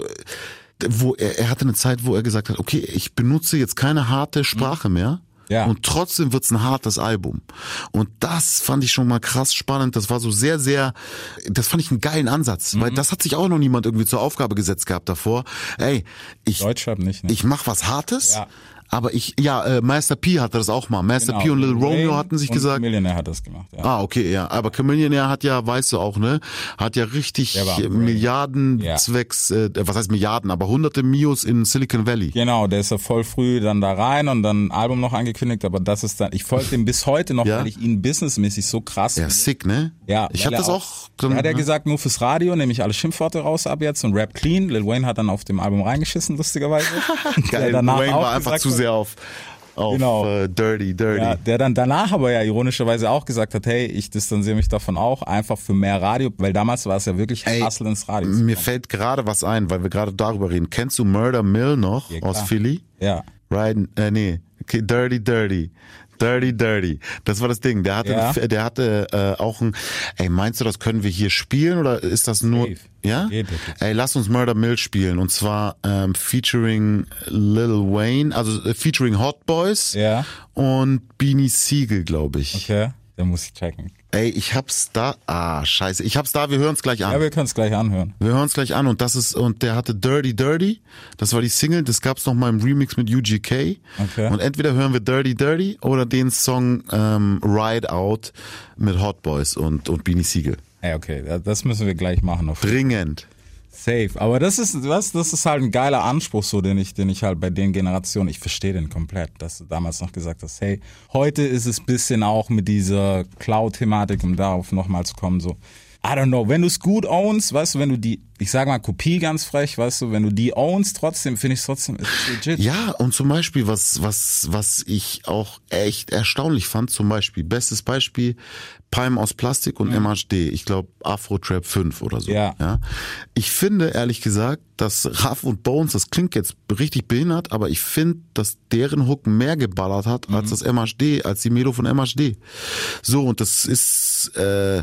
Speaker 5: wo er hatte eine Zeit, wo er gesagt hat, okay, ich benutze jetzt keine harte Sprache mehr.
Speaker 1: Ja.
Speaker 5: Und trotzdem wird's ein hartes Album. Und das fand ich schon mal krass spannend. Das war so sehr, sehr, das fand ich einen geilen Ansatz. Weil das hat sich auch noch niemand irgendwie zur Aufgabe gesetzt gehabt davor. Ey,
Speaker 1: Deutschrap nicht, ne?
Speaker 5: ich mach was Hartes.
Speaker 1: Ja.
Speaker 5: Aber Master P hatte das auch mal. Master P und Lil Romeo hatten sich gesagt.
Speaker 1: Millionär hat das gemacht, ja.
Speaker 5: Ah, okay, ja. Aber Chameleonaire hat ja, weißt du auch, ne? Hat ja richtig
Speaker 1: Der war
Speaker 5: Milliarden
Speaker 1: ja.
Speaker 5: zwecks, was heißt Milliarden, aber hunderte Mios in Silicon Valley.
Speaker 1: Genau, der ist ja voll früh dann da rein und dann ein Album noch angekündigt, aber das ist dann, ich folge dem bis heute noch,
Speaker 5: Ja?
Speaker 1: weil ich ihn businessmäßig so krass
Speaker 5: Ja,
Speaker 1: finde.
Speaker 5: sick, ne?
Speaker 1: Ja,
Speaker 5: ich
Speaker 1: weil
Speaker 5: hab das
Speaker 1: er
Speaker 5: auch.
Speaker 1: Er hat ja gesagt, nur fürs Radio, nehme ich alle Schimpfworte raus ab jetzt und Rap clean. Lil Wayne hat dann auf dem Album reingeschissen, lustigerweise.
Speaker 5: Geil,
Speaker 1: danach
Speaker 5: Wayne
Speaker 1: auch
Speaker 5: war einfach
Speaker 1: gesagt
Speaker 5: zu
Speaker 1: hat-
Speaker 5: sehr auf
Speaker 1: Genau.
Speaker 5: Dirty.
Speaker 1: Ja, der dann danach aber ja ironischerweise auch gesagt hat, hey, ich distanziere mich davon auch, einfach für mehr Radio, weil damals war es ja wirklich Hustle ins Radio. zu
Speaker 5: Mir
Speaker 1: kommen.
Speaker 5: fällt gerade was ein, weil wir gerade darüber reden. Kennst du Murder Mill noch
Speaker 1: Ja, klar.
Speaker 5: aus Philly?
Speaker 1: Ja.
Speaker 5: Okay, Dirty. Das war das Ding. Der hatte auch ein. Ey, meinst du, das können wir hier spielen oder ist das nur?
Speaker 1: Safe.
Speaker 5: Ja.
Speaker 1: Geht wirklich.
Speaker 5: Ey, lass uns Murder Mill spielen und zwar featuring Lil Wayne, also featuring Hot Boys
Speaker 1: Ja.
Speaker 5: und Beanie Siegel, glaube ich.
Speaker 1: Okay, dann muss ich checken.
Speaker 5: Ey, ich hab's da. Scheiße, ich hab's da. Wir hören's gleich an.
Speaker 1: Ja, wir können es gleich anhören.
Speaker 5: Wir hören es gleich an und der hatte Dirty, das war die Single, das gab's noch mal im Remix mit UGK.
Speaker 1: Okay.
Speaker 5: Und entweder hören wir Dirty oder den Song Ride Out mit Hot Boys und Beanie Siegel.
Speaker 1: Ey, okay, das müssen wir gleich machen.
Speaker 5: Dringend.
Speaker 1: Safe. Aber das ist halt ein geiler Anspruch, so, den ich halt bei den Generationen, ich verstehe den komplett, dass du damals noch gesagt hast, hey, heute ist es bisschen auch mit dieser Cloud-Thematik, um darauf nochmal zu kommen, so, I don't know, wenn du es gut ownst, weißt du, wenn du die, ich sag mal Kopie ganz frech, weißt du, wenn du die ownst, trotzdem, finde ich es trotzdem ist legit.
Speaker 5: Ja, und zum Beispiel, was ich auch echt erstaunlich fand, zum Beispiel, bestes Beispiel, Palm aus Plastik und MHD, ich glaube Afro Trap 5 oder so.
Speaker 1: Ja.
Speaker 5: Ich finde, ehrlich gesagt, dass Raff und Bones, das klingt jetzt richtig behindert, aber ich finde, dass deren Hook mehr geballert hat als das MHD, als die Melo von MHD. So, und das ist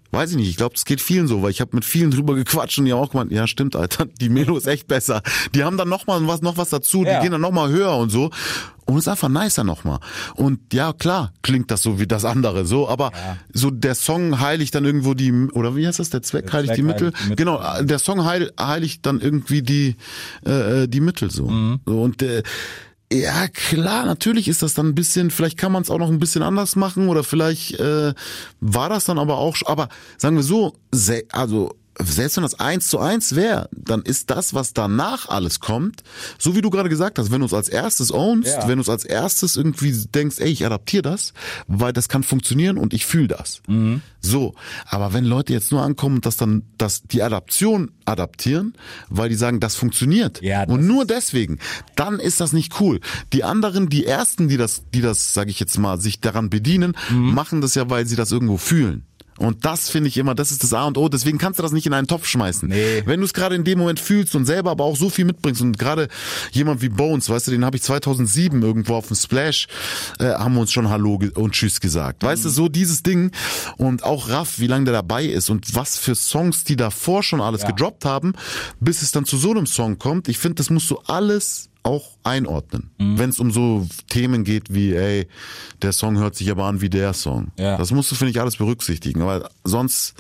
Speaker 5: Weiß ich nicht, ich glaube, das geht vielen so, weil ich habe mit vielen drüber gequatscht und die haben auch gemeint, ja stimmt, Alter, die Melo ist echt besser. Die haben dann noch was dazu, die gehen dann noch mal höher und so. Und es ist einfach nicer nochmal. Und ja, klar, klingt das so wie das andere, so, aber so der Song heiligt dann irgendwo die, oder wie heißt das, der Zweck heiligt die Mittel? Genau, der Song heiligt dann irgendwie die Mittel so. So und ja, klar, natürlich ist das dann ein bisschen, vielleicht kann man es auch noch ein bisschen anders machen oder vielleicht war das dann aber auch, aber sagen wir so, also selbst wenn das 1:1 wäre, dann ist das, was danach alles kommt, so wie du gerade gesagt hast, wenn du es als erstes ownst, wenn du es als erstes irgendwie denkst, ey, ich adaptiere das, weil das kann funktionieren und ich fühle das. So, aber wenn Leute jetzt nur ankommen und die Adaption adaptieren, weil die sagen, das funktioniert und nur deswegen, dann ist das nicht cool. Die anderen, die Ersten, die das, sage ich jetzt mal, sich daran bedienen, machen das ja, weil sie das irgendwo fühlen. Und das finde ich immer, das ist das A und O, deswegen kannst du das nicht in einen Topf schmeißen. Nee. Wenn du es gerade in dem Moment fühlst und selber aber auch so viel mitbringst und gerade jemand wie Bones, weißt du, den habe ich 2007 irgendwo auf dem Splash, haben wir uns schon Hallo und Tschüss gesagt. Weißt du, so dieses Ding und auch Raff, wie lange der dabei ist und was für Songs die davor schon alles gedroppt haben, bis es dann zu so einem Song kommt. Ich finde, das musst du alles auch einordnen. Wenn es um so Themen geht wie, ey, der Song hört sich aber an wie der Song. Ja. Das musst du, finde ich, alles berücksichtigen, weil sonst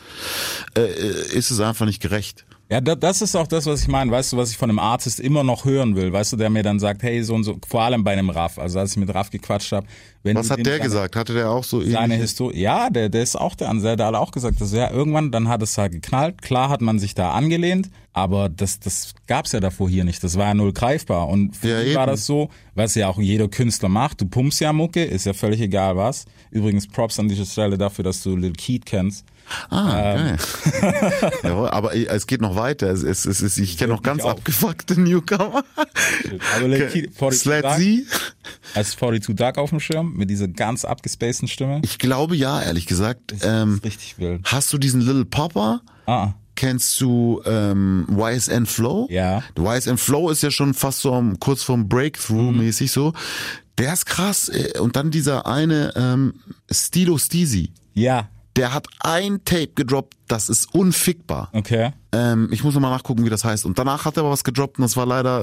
Speaker 5: ist es einfach nicht gerecht.
Speaker 1: Ja, das ist auch das, was ich meine, weißt du, was ich von einem Artist immer noch hören will, weißt du, der mir dann sagt, hey, so und so, vor allem bei einem Raff, also als ich mit Raff gequatscht habe.
Speaker 5: Was hat der gesagt? Hatte der auch so
Speaker 1: seine Historie? Ja, der ist auch der Anseher, der hat auch gesagt, dass irgendwann, dann hat es halt geknallt, klar hat man sich da angelehnt, aber das gab's ja davor hier nicht, das war ja null greifbar und für mich war das so, was ja auch jeder Künstler macht, du pumpst ja Mucke, ist ja völlig egal was. Übrigens Props an dieser Stelle dafür, dass du Lil Keat kennst.
Speaker 5: Geil. Jawohl, aber es geht noch weiter. Ich kenne noch ganz abgefuckte Newcomer.
Speaker 1: Aber Lil Keat,
Speaker 5: Slat Z?
Speaker 1: Hast 42 Dark auf dem Schirm mit dieser ganz abgespaceden Stimme?
Speaker 5: Ich glaube ja, ehrlich gesagt.
Speaker 1: Das ist richtig wild.
Speaker 5: Hast du diesen Little Popper? Kennst du YSN Flow?
Speaker 1: Ja.
Speaker 5: YSN Flow ist ja schon fast so kurz vorm Breakthrough mäßig so. Der ist krass. Und dann dieser eine Stilo Steezy.
Speaker 1: Ja.
Speaker 5: Der hat ein Tape gedroppt, das ist unfickbar.
Speaker 1: Okay.
Speaker 5: Ich muss nochmal nachgucken, wie das heißt. Und danach hat er aber was gedroppt und das war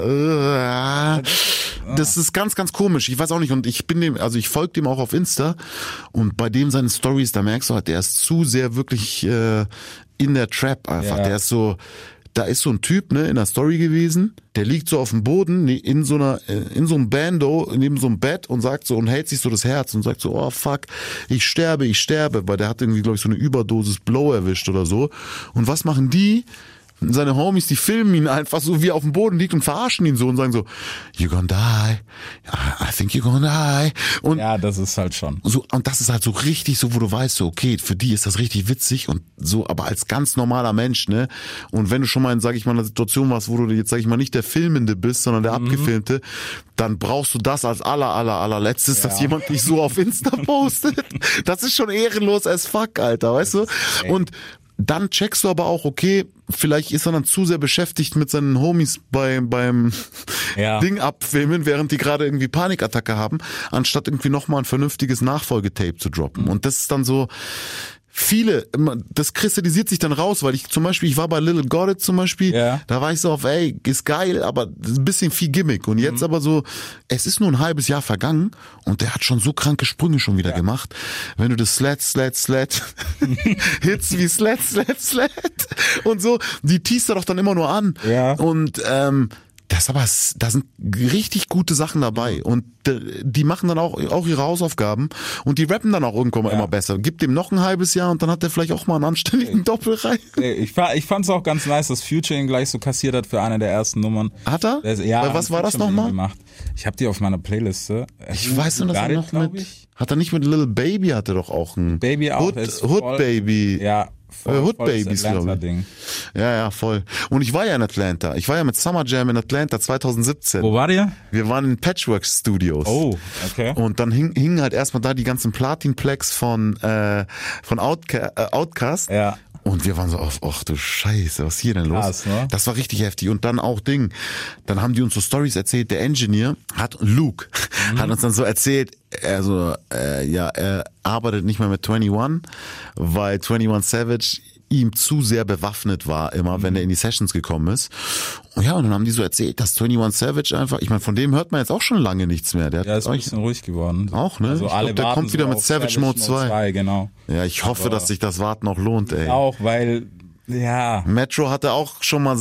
Speaker 5: leider das ist ganz, ganz komisch. Ich weiß auch nicht. Und ich folge dem auch auf Insta. Und bei dem seine Stories, da merkst du halt, der ist zu sehr wirklich in der Trap einfach. Der ist so, da ist so ein Typ, ne, in der Story gewesen, der liegt so auf dem Boden, in so einem Bando, neben so einem Bett und sagt so, und hält sich so das Herz und sagt so, oh fuck, ich sterbe, weil der hat irgendwie, glaube ich, so eine Überdosis Blow erwischt oder so. Und was machen die? Seine Homies, die filmen ihn einfach so, wie er auf dem Boden liegt und verarschen ihn so und sagen so, you're gonna die, I think you're gonna die. Und
Speaker 1: ja, das ist halt schon.
Speaker 5: So, und das ist halt so richtig so, wo du weißt, so, okay, für die ist das richtig witzig und so, aber als ganz normaler Mensch, ne? Und wenn du schon mal in, sag ich mal, einer Situation warst, wo du jetzt, sag ich mal, nicht der Filmende bist, sondern der Abgefilmte, dann brauchst du das als allerletztes, dass jemand dich so auf Insta postet. Das ist schon ehrenlos as fuck, Alter, weißt du? Und dann checkst du aber auch, okay, vielleicht ist er dann zu sehr beschäftigt mit seinen Homies beim Ding abfilmen, während die gerade irgendwie Panikattacke haben, anstatt irgendwie nochmal ein vernünftiges Nachfolgetape zu droppen. Und das ist dann so, das kristallisiert sich dann raus, weil ich war bei Lil Goddard zum Beispiel, da war ich so auf, ey, ist geil, aber ein bisschen viel Gimmick. Und jetzt aber so, es ist nur ein halbes Jahr vergangen und der hat schon so kranke Sprünge schon wieder gemacht. Wenn du das Slat Hits wie Slat und so, die teast er doch dann immer nur an. Ja. Und da sind richtig gute Sachen dabei und die machen dann auch ihre Hausaufgaben und die rappen dann auch irgendwann mal immer besser. Gib dem noch ein halbes Jahr und dann hat der vielleicht auch mal einen anständigen Doppelreim.
Speaker 1: Ich fand's auch ganz nice, dass Future ihn gleich so kassiert hat für eine der ersten Nummern.
Speaker 5: Hat er? Was war das nochmal?
Speaker 1: Ich hab die auf meiner Playliste.
Speaker 5: Ich weiß nur, dass er noch hat er nicht mit Lil Baby, hatte doch auch ein
Speaker 1: Baby auch.
Speaker 5: Hood Baby.
Speaker 1: Ja.
Speaker 5: Hood Babies, glaube ich. Ja, voll. Und ich war ja in Atlanta. Ich war ja mit Summer Jam in Atlanta 2017.
Speaker 1: Wo war ihr?
Speaker 5: Wir waren in Patchwork Studios.
Speaker 1: Oh, okay.
Speaker 5: Und dann hingen halt erstmal da die ganzen Platin-Plex von Outkast.
Speaker 1: Ja.
Speaker 5: Und wir waren so auf, ach du Scheiße, was ist hier denn los?
Speaker 1: Krass, ne?
Speaker 5: Das war richtig heftig. Und dann auch dann haben die uns so Stories erzählt, der Engineer Luke, hat uns dann so erzählt, er arbeitet nicht mehr mit 21, weil 21 Savage ihm zu sehr bewaffnet war immer, wenn er in die Sessions gekommen ist. Und ja, und dann haben die so erzählt, dass 21 Savage einfach, ich meine, von dem hört man jetzt auch schon lange nichts mehr. Der
Speaker 1: ist ein bisschen ruhig geworden.
Speaker 5: Auch, ne?
Speaker 1: Also alle
Speaker 5: der kommt wieder mit Savage Mode 2.
Speaker 1: Genau.
Speaker 5: Ja, ich hoffe, dass sich das Warten noch lohnt, ey.
Speaker 1: Auch, weil, ja.
Speaker 5: Metro hatte auch schon mal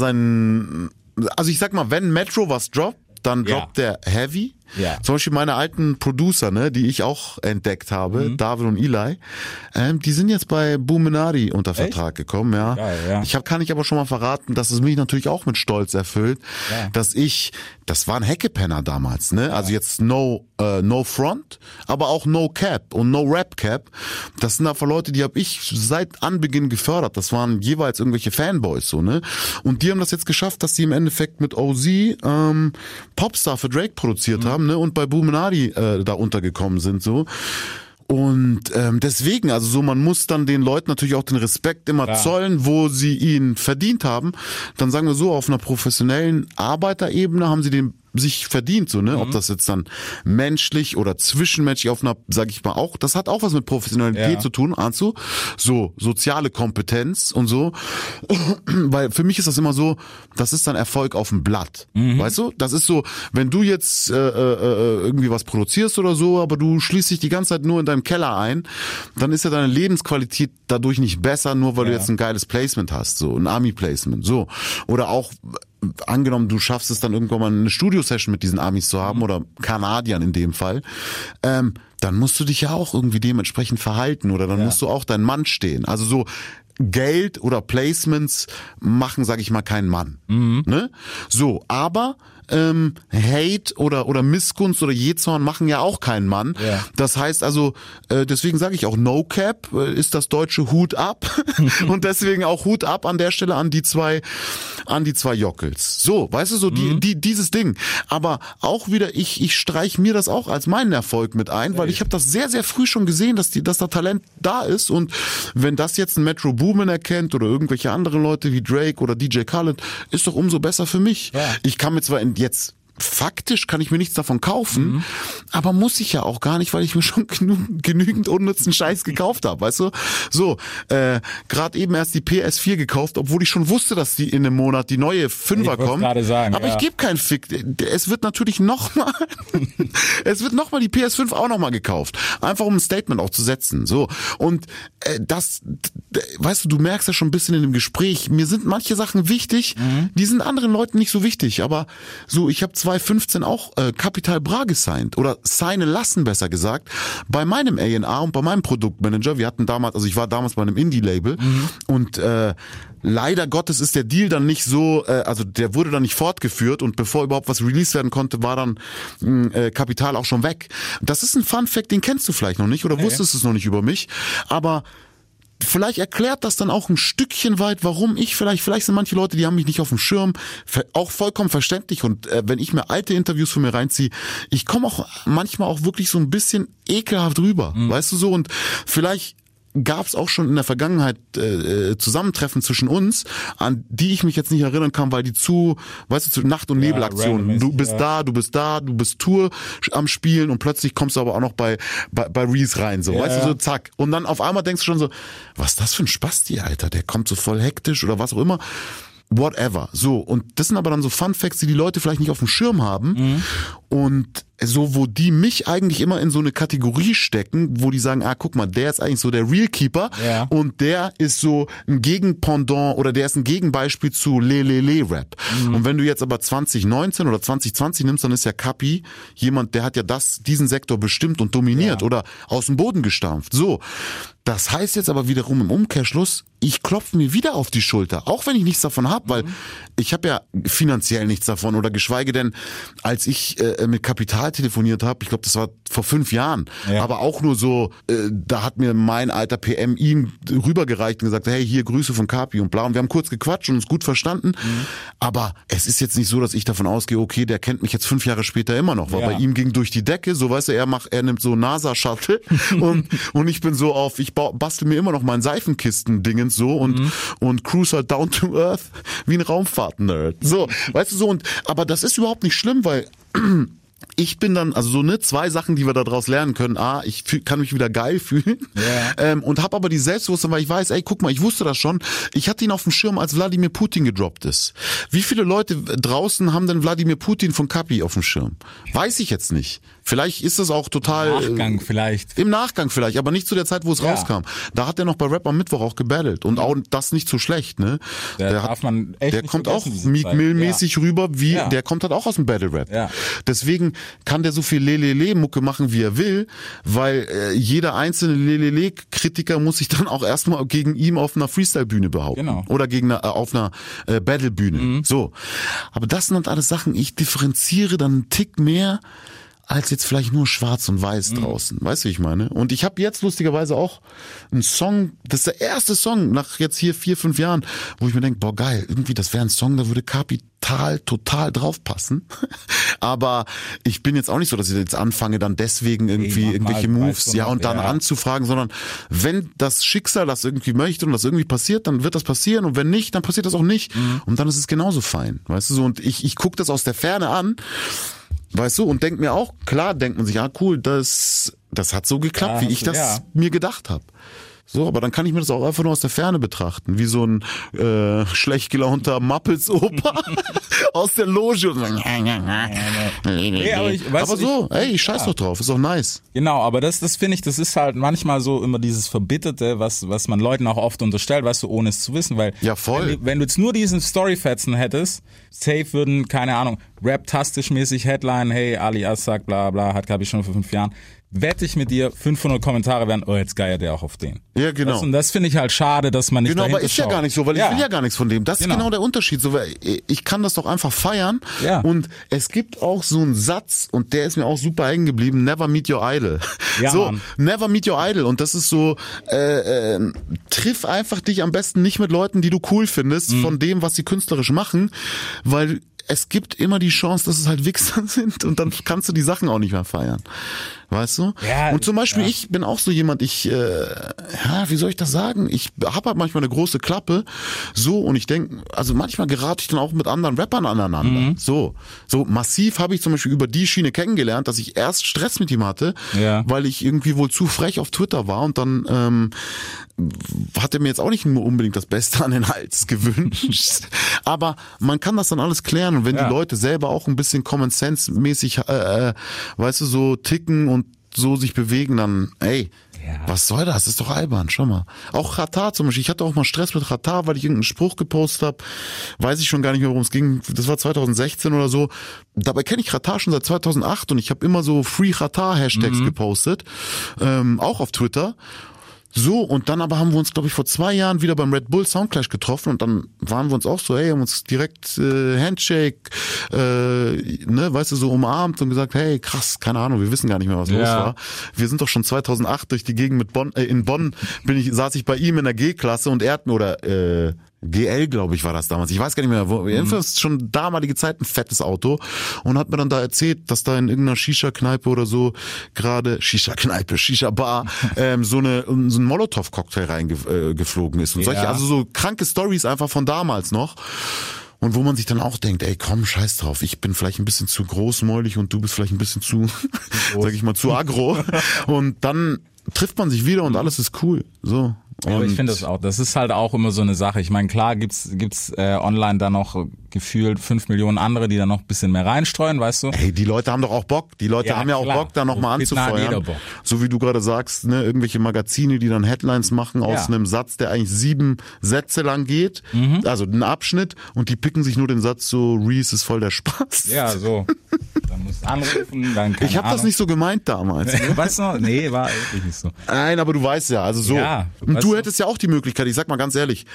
Speaker 5: also ich sag mal, wenn Metro was droppt, dann droppt der Heavy.
Speaker 1: Ja.
Speaker 5: Zum Beispiel meine alten Producer, ne, die ich auch entdeckt habe, David und Eli, die sind jetzt bei Buminari unter Vertrag gekommen, ja.
Speaker 1: Geil, ja.
Speaker 5: Kann ich aber schon mal verraten, dass es mich natürlich auch mit Stolz erfüllt, dass das war ein Heckepenner damals, ne, also jetzt no front, aber auch no cap und no rap cap. Das sind einfach Leute, die habe ich seit Anbeginn gefördert. Das waren jeweils irgendwelche Fanboys, so, ne. Und die haben das jetzt geschafft, dass sie im Endeffekt mit OZ Popstar für Drake produziert haben, ne, und bei Buminari da untergekommen sind, so. Und deswegen, also so, man muss dann den Leuten natürlich auch den Respekt immer zollen, wo sie ihn verdient haben. Dann sagen wir so, auf einer professionellen Arbeiterebene haben sie den sich verdient, so, ne, ob das jetzt dann menschlich oder zwischenmenschlich auf einer, sag ich mal auch, das hat auch was mit Professionalität zu tun, ahnst du? So, soziale Kompetenz und so, weil für mich ist das immer so, das ist dann Erfolg auf dem Blatt, weißt du? Das ist so, wenn du jetzt irgendwie was produzierst oder so, aber du schließt dich die ganze Zeit nur in deinem Keller ein, dann ist ja deine Lebensqualität dadurch nicht besser, nur weil du jetzt ein geiles Placement hast, so, ein Army-Placement, so. Oder auch, angenommen, du schaffst es dann irgendwann mal eine Studio-Session mit diesen Amis zu haben oder Kanadiern in dem Fall, dann musst du dich ja auch irgendwie dementsprechend verhalten oder dann musst du auch dein Mann stehen. Also so Geld oder Placements machen, sag ich mal, keinen Mann. Ne? So, aber Hate oder Missgunst oder Jezorn machen ja auch keinen Mann. Ja. Das heißt also, deswegen sage ich auch No Cap ist das deutsche Hut ab und deswegen auch Hut ab an der Stelle an die zwei Jockels. So, weißt du, so dieses Ding. Aber auch wieder, ich streich mir das auch als meinen Erfolg mit ein, weil ich habe das sehr, sehr früh schon gesehen, dass da Talent da ist und wenn das jetzt ein Metro Boomin erkennt oder irgendwelche anderen Leute wie Drake oder DJ Khaled, ist doch umso besser für mich. Ja. Ich kann mir zwar jetzt faktisch kann ich mir nichts davon kaufen, aber muss ich ja auch gar nicht, weil ich mir schon genügend unnützen Scheiß gekauft habe, weißt du? So, gerade eben erst die PS4 gekauft, obwohl ich schon wusste, dass die in einem Monat die neue 5er kommt.
Speaker 1: Sagen,
Speaker 5: aber ich gebe keinen Fick. Es wird natürlich nochmal die PS5 auch nochmal gekauft. Einfach um ein Statement auch zu setzen. So. Und weißt du merkst ja schon ein bisschen in dem Gespräch, mir sind manche Sachen wichtig, die sind anderen Leuten nicht so wichtig, aber so, ich habe 2015 auch Capital Bra gesigned oder signen lassen, besser gesagt, bei meinem A&R und bei meinem Produktmanager. Ich war damals bei einem Indie-Label und leider Gottes ist der Deal dann nicht so, also der wurde dann nicht fortgeführt und bevor überhaupt was released werden konnte, war dann Kapital auch schon weg. Das ist ein Fun-Fact, den kennst du vielleicht noch nicht oder wusstest es noch nicht über mich, aber vielleicht erklärt das dann auch ein Stückchen weit, warum ich vielleicht sind manche Leute, die haben mich nicht auf dem Schirm, auch vollkommen verständlich und wenn ich mir alte Interviews von mir reinziehe, ich komme auch manchmal auch wirklich so ein bisschen ekelhaft rüber, weißt du so und vielleicht gab es auch schon in der Vergangenheit Zusammentreffen zwischen uns, an die ich mich jetzt nicht erinnern kann, weil die zu Nacht- und Nebelaktionen. Du bist da, du bist Tour am Spielen und plötzlich kommst du aber auch noch bei Reese rein, so, weißt du, so zack. Und dann auf einmal denkst du schon so, was ist das für ein Spasti, Alter, der kommt so voll hektisch oder was auch immer. Whatever. So, und das sind aber dann so Fun Facts, die Leute vielleicht nicht auf dem Schirm haben. Und so, wo die mich eigentlich immer in so eine Kategorie stecken, wo die sagen, guck mal, der ist eigentlich so der Real Keeper und der ist so ein Gegenpendant oder der ist ein Gegenbeispiel zu Le-Le-Le-Rap. Und wenn du jetzt aber 2019 oder 2020 nimmst, dann ist ja Kapi jemand, der hat ja diesen Sektor bestimmt und dominiert oder aus dem Boden gestampft. So. Das heißt jetzt aber wiederum im Umkehrschluss, ich klopfe mir wieder auf die Schulter, auch wenn ich nichts davon habe, weil ich habe ja finanziell nichts davon oder geschweige denn, als ich mit Kapital telefoniert habe, ich glaube, das war vor 5 Jahren, aber auch nur so, da hat mir mein alter PM ihm rübergereicht und gesagt, hey, hier Grüße von Kapi und bla. Und wir haben kurz gequatscht und uns gut verstanden. Aber es ist jetzt nicht so, dass ich davon ausgehe, okay, der kennt mich jetzt 5 Jahre später immer noch, weil bei ihm ging durch die Decke, so weißt du, er nimmt so NASA-Shuttle und ich bin so auf, ich bastel mir immer noch mein Seifenkisten-Dingens so und cruise halt down to earth wie ein Raumfahrt-Nerd. So, weißt du so, aber das ist überhaupt nicht schlimm, weil ich bin dann, also so 2 Sachen, die wir daraus lernen können. Ich kann mich wieder geil fühlen und habe aber die Selbstbewusstsein, weil ich weiß, ey, guck mal, ich wusste das schon. Ich hatte ihn auf dem Schirm, als Wladimir Putin gedroppt ist. Wie viele Leute draußen haben denn Wladimir Putin von Kapi auf dem Schirm? Weiß ich jetzt nicht. Vielleicht ist das auch total... Im Nachgang vielleicht, aber nicht zu der Zeit, wo es rauskam. Da hat er noch bei Rap am Mittwoch auch gebattelt und auch das nicht so schlecht, ne? Der kommt auch Meek Mill-mäßig rüber, der kommt halt auch aus dem Battle Rap. Ja. Deswegen kann der so viel Lelele-Mucke machen, wie er will, weil jeder einzelne Lelele-Kritiker muss sich dann auch erstmal gegen ihn auf einer Freestyle-Bühne behaupten. Genau. Oder auf einer Battle-Bühne. So. Aber das sind halt alles Sachen, ich differenziere dann einen Tick mehr als jetzt vielleicht nur schwarz und weiß draußen. Weißt du, wie ich meine? Und ich habe jetzt lustigerweise auch einen Song, das ist der erste Song nach jetzt hier 4-5 Jahren, wo ich mir denke, boah geil, irgendwie das wäre ein Song, da würde Kapital total draufpassen. Aber ich bin jetzt auch nicht so, dass ich jetzt anfange, dann deswegen irgendwie irgendwelche Moves und dann anzufragen, sondern wenn das Schicksal das irgendwie möchte und das irgendwie passiert, dann wird das passieren und wenn nicht, dann passiert das auch nicht. Und dann ist es genauso fein. Weißt du so, und ich gucke das aus der Ferne an. Weißt du, und denkt mir auch, klar denkt man sich, cool, das hat so geklappt, wie ich das mir gedacht habe. So, aber dann kann ich mir das auch einfach nur aus der Ferne betrachten, wie so ein schlecht gelaunter Muppets-Opa aus der Loge. Und aber so, ey, ich scheiß doch drauf, ist doch nice.
Speaker 1: Genau, aber das finde ich, das ist halt manchmal so immer dieses Verbitterte, was man Leuten auch oft unterstellt, weißt du, ohne es zu wissen, weil wenn du jetzt nur diesen Storyfetzen hättest, safe würden, keine Ahnung, Rap-tastisch-mäßig Headline, hey, Ali Azak, bla bla, hat Kapi schon vor 5 Jahren. Wette ich mit dir, 500 Kommentare werden, oh, jetzt geiert der auch auf den.
Speaker 5: Ja, genau.
Speaker 1: Und das finde ich halt schade, dass man nicht dahinter
Speaker 5: aber ist ja gar nicht so, weil ich will ja gar nichts von dem. Das ist genau der Unterschied. So, weil ich kann das doch einfach feiern. Ja. Und es gibt auch so einen Satz, und der ist mir auch super hängen geblieben, never meet your idol. Ja, so, Mann. Never meet your idol. Und das ist so, triff einfach dich am besten nicht mit Leuten, die du cool findest, von dem, was sie künstlerisch machen, weil es gibt immer die Chance, dass es halt Wichser sind und dann kannst du die Sachen auch nicht mehr feiern. Weißt du? Ja, und zum Beispiel, ich bin auch so jemand, wie soll ich das sagen? Ich habe halt manchmal eine große Klappe, so, und ich denke, also manchmal gerate ich dann auch mit anderen Rappern aneinander. So massiv habe ich zum Beispiel über die Schiene kennengelernt, dass ich erst Stress mit ihm hatte, weil ich irgendwie wohl zu frech auf Twitter war und dann hat er mir jetzt auch nicht nur unbedingt das Beste an den Hals gewünscht. Aber man kann das dann alles klären, und wenn die Leute selber auch ein bisschen Common Sense mäßig, weißt du, so ticken und so sich bewegen, dann, was soll das? Das ist doch albern, schau mal. Auch Xatar zum Beispiel. Ich hatte auch mal Stress mit Xatar, weil ich irgendeinen Spruch gepostet habe. Weiß ich schon gar nicht mehr, worum es ging. Das war 2016 oder so. Dabei kenne ich Xatar schon seit 2008 und ich habe immer so Free Xatar Hashtags gepostet. Auch auf Twitter. So, und dann aber haben wir uns, glaube ich, vor 2 Jahren wieder beim Red Bull Soundclash getroffen und dann waren wir uns auch so, haben uns direkt Handshake, weißt du, so umarmt und gesagt, hey, krass, keine Ahnung, wir wissen gar nicht mehr, was los war. Wir sind doch schon 2008 durch die Gegend in Bonn saß ich bei ihm in der G-Klasse und er hat mir, GL, glaube ich, war das damals. Ich weiß gar nicht mehr, jedenfalls schon damalige Zeit ein fettes Auto und hat mir dann da erzählt, dass da in irgendeiner Shisha-Kneipe oder so gerade, Shisha-Bar, so ein Molotow-Cocktail reingeflogen ist und solche, also so kranke Stories einfach von damals noch. Und wo man sich dann auch denkt, ey, komm, scheiß drauf, ich bin vielleicht ein bisschen zu großmäulig und du bist vielleicht ein bisschen zu, sag ich mal, zu aggro. Und dann trifft man sich wieder und alles ist cool. So.
Speaker 1: Aber ich finde das auch, das ist halt auch immer so eine Sache. Ich meine, klar gibt's online da noch gefühlt 5 Millionen andere, die da noch ein bisschen mehr reinstreuen, weißt du?
Speaker 5: Hey, die Leute haben doch auch Bock. Die Leute haben ja auch Bock, da nochmal anzufeuern. So wie du gerade sagst, ne, irgendwelche Magazine, die dann Headlines machen aus einem Satz, der eigentlich 7 Sätze lang geht. Also ein Abschnitt, und die picken sich nur den Satz so, Reese ist voll der Spaß.
Speaker 1: Ja, so. Dann musst du anrufen, dann
Speaker 5: Ich habe das nicht so gemeint damals. Ne?
Speaker 1: Weißt du? Nee, war wirklich nicht so.
Speaker 5: Nein, aber du weißt ja, also so. Ja, und du hättest ja auch die Möglichkeit, ich sag mal ganz ehrlich,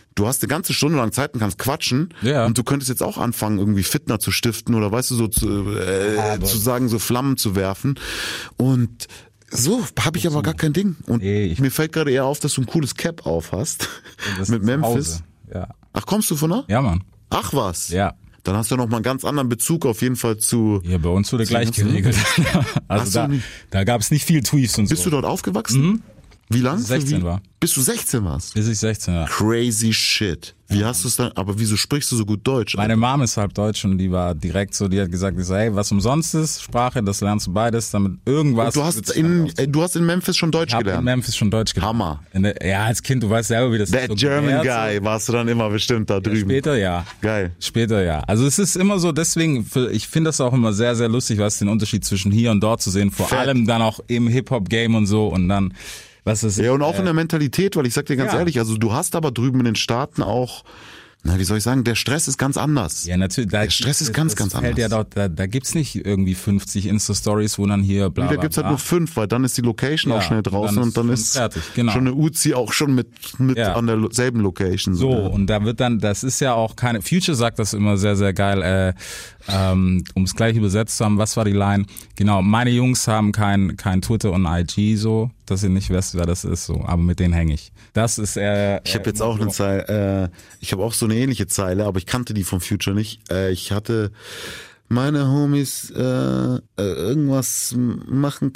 Speaker 5: du hast eine ganze Stunde lang Zeit und kannst quatschen und du könntest jetzt auch anfangen, irgendwie Fitner zu stiften oder weißt du, so zu sagen, so Flammen zu werfen und so habe ich aber gar kein Ding. Und mir fällt gerade eher auf, dass du ein cooles Cap auf hast mit Memphis.
Speaker 1: Ja.
Speaker 5: Ach, kommst du von da?
Speaker 1: Ja, Mann.
Speaker 5: Ach was.
Speaker 1: Ja.
Speaker 5: Dann hast du noch mal einen ganz anderen Bezug auf jeden Fall zu...
Speaker 1: Ja, bei uns wurde gleich geregelt. Also da gab es nicht viel Tweets und so.
Speaker 5: Bist du dort aufgewachsen?
Speaker 1: Mhm.
Speaker 5: Wie lange?
Speaker 1: Bis ich 16 war.
Speaker 5: Bis du 16 warst?
Speaker 1: Bis ich 16 war.
Speaker 5: Crazy shit. Wie hast du es dann, aber wieso sprichst du so gut Deutsch?
Speaker 1: Meine Mom ist halb Deutsch und die war direkt so, die hat gesagt, hey, was umsonst ist, Sprache, das lernst du beides, damit irgendwas...
Speaker 5: Und du hast in Memphis schon Deutsch gelernt?
Speaker 1: Ich habe in Memphis schon Deutsch gelernt.
Speaker 5: Hammer.
Speaker 1: Ja, als Kind, du weißt selber, wie das
Speaker 5: ist. That German Guy warst du dann immer bestimmt da drüben.
Speaker 1: Später ja.
Speaker 5: Geil.
Speaker 1: Später ja. Also es ist immer so, deswegen, ich finde das auch immer sehr, sehr lustig, was den Unterschied zwischen hier und dort zu sehen, vor allem dann auch im Hip-Hop-Game und so und dann...
Speaker 5: Ja, und auch in der Mentalität, weil ich sag dir ganz ehrlich, also du hast aber drüben in den Staaten auch, wie soll ich sagen, der Stress ist ganz anders.
Speaker 1: Ja, natürlich.
Speaker 5: Der Stress ist ganz anders.
Speaker 1: Ja dort, da gibt's nicht irgendwie 50 Insta-Stories, wo dann hier bla bla.
Speaker 5: Da gibt's halt nur 5, weil dann ist die Location auch schnell draußen und dann ist
Speaker 1: fertig. Genau.
Speaker 5: Schon eine Uzi auch schon mit an derselben Location.
Speaker 1: So, und da wird dann, das ist ja auch keine, Future sagt das immer sehr, sehr geil, um es gleich übersetzt zu haben, was war die Line? Genau, meine Jungs haben kein Twitter und IG so, dass ihr nicht wisst, wer das ist, so, aber mit denen hänge ich. Das ist
Speaker 5: ich habe jetzt auch eine Zeile, ich habe auch so eine ähnliche Zeile, aber ich kannte die vom Future nicht. Ich hatte meine Homies irgendwas machen,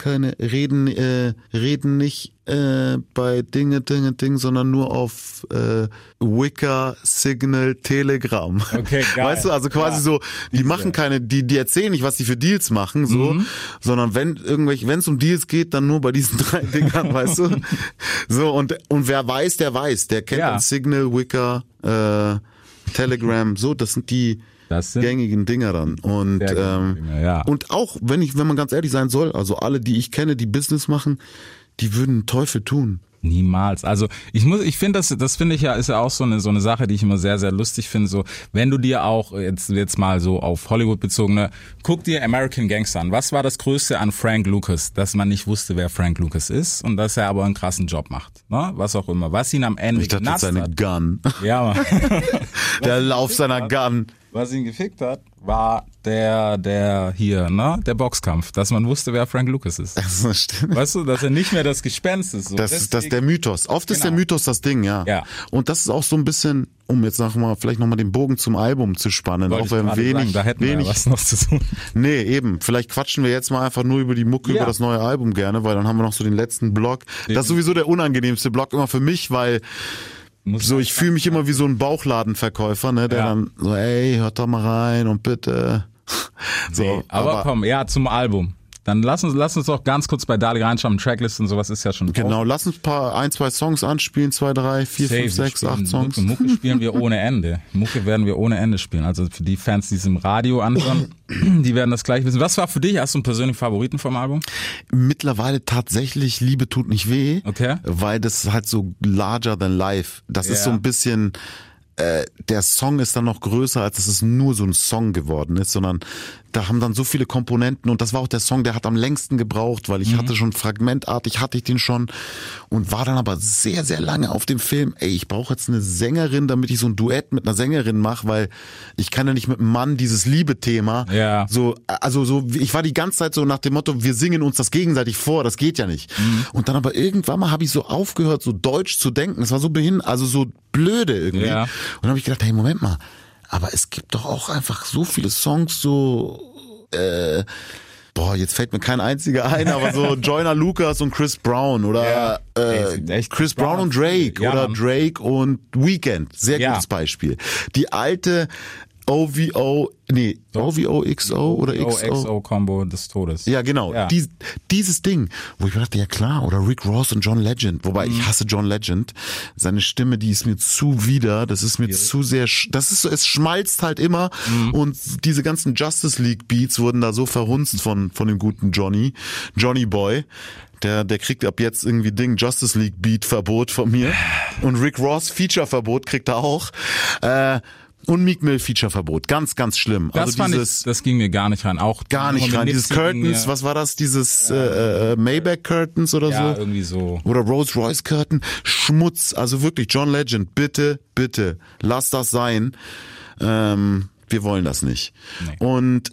Speaker 5: reden nicht bei Dinge, sondern nur auf Wicker, Signal, Telegram.
Speaker 1: Okay, geil.
Speaker 5: Weißt du, also quasi so, die machen die erzählen nicht, was die für Deals machen, so, sondern wenn es um Deals geht, dann nur bei diesen 3 Dingern, weißt du? So, und wer weiß, der weiß. Der kennt dann Signal, Wicker, Telegram, so, das sind die gängigen Dinger dann. Und und auch, wenn man ganz ehrlich sein soll, also alle, die ich kenne, die Business machen, die würden einen Teufel tun.
Speaker 1: Niemals. Also ich finde das finde ich ja, ist ja auch so eine Sache, die ich immer sehr, sehr lustig finde. So, wenn du dir auch jetzt mal so auf Hollywood bezogen, guck dir American Gangster an. Was war das Größte an Frank Lucas? Dass man nicht wusste, wer Frank Lucas ist und dass er aber einen krassen Job macht. Ne? Was auch immer. Was ihn am Ende
Speaker 5: genutzt hat. Ich dachte, seine Gun.
Speaker 1: Ja, Mann.
Speaker 5: Der Lauf seiner Gun.
Speaker 1: Was ihn gefickt hat, war der hier, ne? Der Boxkampf, dass man wusste, wer Frank Lucas ist.
Speaker 5: Das stimmt.
Speaker 1: Weißt du, dass er nicht mehr das Gespenst ist. So.
Speaker 5: Das ist der Mythos. Oft ist der Mythos das Ding, ja. Und das ist auch so ein bisschen, um jetzt vielleicht nochmal den Bogen zum Album zu spannen, auch wenn
Speaker 1: da hätten wir was noch zu tun.
Speaker 5: Nee, eben. Vielleicht quatschen wir jetzt mal einfach nur über die Mucke, über das neue Album gerne, weil dann haben wir noch so den letzten Block. Das ist sowieso der unangenehmste Block immer für mich, weil ich fühle mich immer wie so ein Bauchladenverkäufer, ne, der dann so, ey, hört da mal rein und bitte.
Speaker 1: So, aber komm, zum Album. Dann lass uns doch ganz kurz bei Dali reinschauen. Tracklist und sowas ist ja schon drauf.
Speaker 5: Genau, lass uns 2 Songs anspielen, 2, 3, 4, 5, 6, 8 Songs.
Speaker 1: Mucke spielen wir ohne Ende. Mucke werden wir ohne Ende spielen. Also für die Fans, die es im Radio anhören, die werden das gleich wissen. Was war für dich? Hast du einen persönlichen Favoriten vom Album?
Speaker 5: Mittlerweile tatsächlich Liebe tut nicht weh.
Speaker 1: Okay.
Speaker 5: Weil das halt so larger than life. Das ist so ein bisschen... der Song ist dann noch größer, als dass es nur so ein Song geworden ist, sondern da haben dann so viele Komponenten und das war auch der Song, der hat am längsten gebraucht, weil ich hatte schon fragmentartig, hatte ich den schon und war dann aber sehr, sehr lange auf dem Film, ich brauche jetzt eine Sängerin, damit ich so ein Duett mit einer Sängerin mache, weil ich kann ja nicht mit einem Mann dieses Liebe-Thema ich war die ganze Zeit so nach dem Motto, wir singen uns das gegenseitig vor, das geht ja nicht. Und dann aber irgendwann mal habe ich so aufgehört, so deutsch zu denken, das war so so blöde irgendwie. Ja. Und dann habe ich gedacht, hey, Moment mal, aber es gibt doch auch einfach so viele Songs, jetzt fällt mir kein einziger ein, aber so Joyner Lucas und Chris Brown oder Chris Brown und Drake oder Drake und Weeknd, sehr gutes Beispiel. Die alte OVO XO oder
Speaker 1: XO-Kombo des Todes.
Speaker 5: Ja, genau. Ja. Dieses Ding, wo ich mir dachte, ja klar, oder Rick Ross und John Legend, wobei ich hasse John Legend. Seine Stimme, die ist mir zu wieder, das ist mir zu sehr, das ist so, es schmalzt halt immer und diese ganzen Justice League Beats wurden da so verhunzt von dem guten Johnny Boy. Der kriegt ab jetzt irgendwie Justice League Beat Verbot von mir und Rick Ross Feature Verbot kriegt er auch. Und Meek Mill Feature-Verbot. Ganz, ganz schlimm.
Speaker 1: Das das ging mir gar nicht rein. Auch
Speaker 5: gar nicht rein. Dieses Curtains, was war das? Dieses Maybach Curtains oder so?
Speaker 1: Ja, irgendwie so.
Speaker 5: Oder Rolls Royce Curtain. Schmutz. Also wirklich, John Legend, bitte, bitte, lass das sein. Wir wollen das nicht. Nee. Und